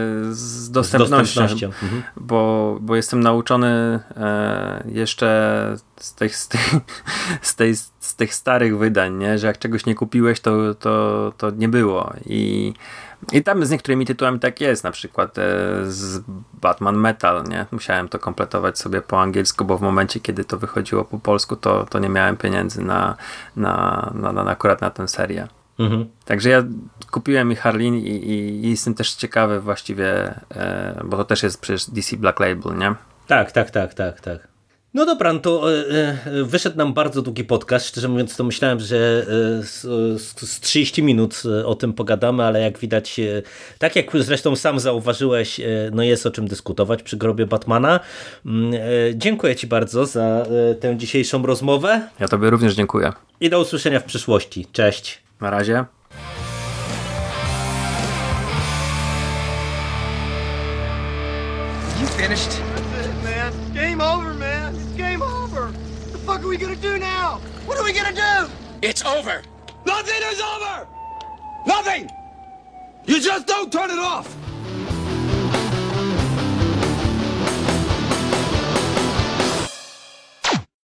z dostępnością,
z dostępnością. Mhm.
Bo, bo jestem nauczony y, jeszcze z tych, z, tych, z, tej, z tych starych wydań, nie? Że jak czegoś nie kupiłeś, to, to, to nie było i I tam z niektórymi tytułami tak jest, na przykład e, z Batman Metal, nie? Musiałem to kompletować sobie po angielsku, bo w momencie, kiedy to wychodziło po polsku, to, to nie miałem pieniędzy na, na, na, na akurat na tę serię. Mhm. Także ja kupiłem i Harleen i, i, i jestem też ciekawy właściwie, e, bo to też jest przecież D C Black Label, nie?
Tak, tak, tak, tak, tak. No dobra, no to e, wyszedł nam bardzo długi podcast. Szczerze mówiąc, to myślałem, że e, z, z trzydzieści minut o tym pogadamy, ale jak widać, e, tak jak zresztą sam zauważyłeś, e, no jest o czym dyskutować przy Grobie Batmana. E, dziękuję ci bardzo za e, tę dzisiejszą rozmowę.
Ja tobie również dziękuję.
I do usłyszenia w przyszłości. Cześć.
Na razie.
You finished? That's it, man. Game over, man. It's game over. What the fuck are we gonna do now? What are we gonna do?
It's over.
Nothing is over! Nothing! You just don't turn it off!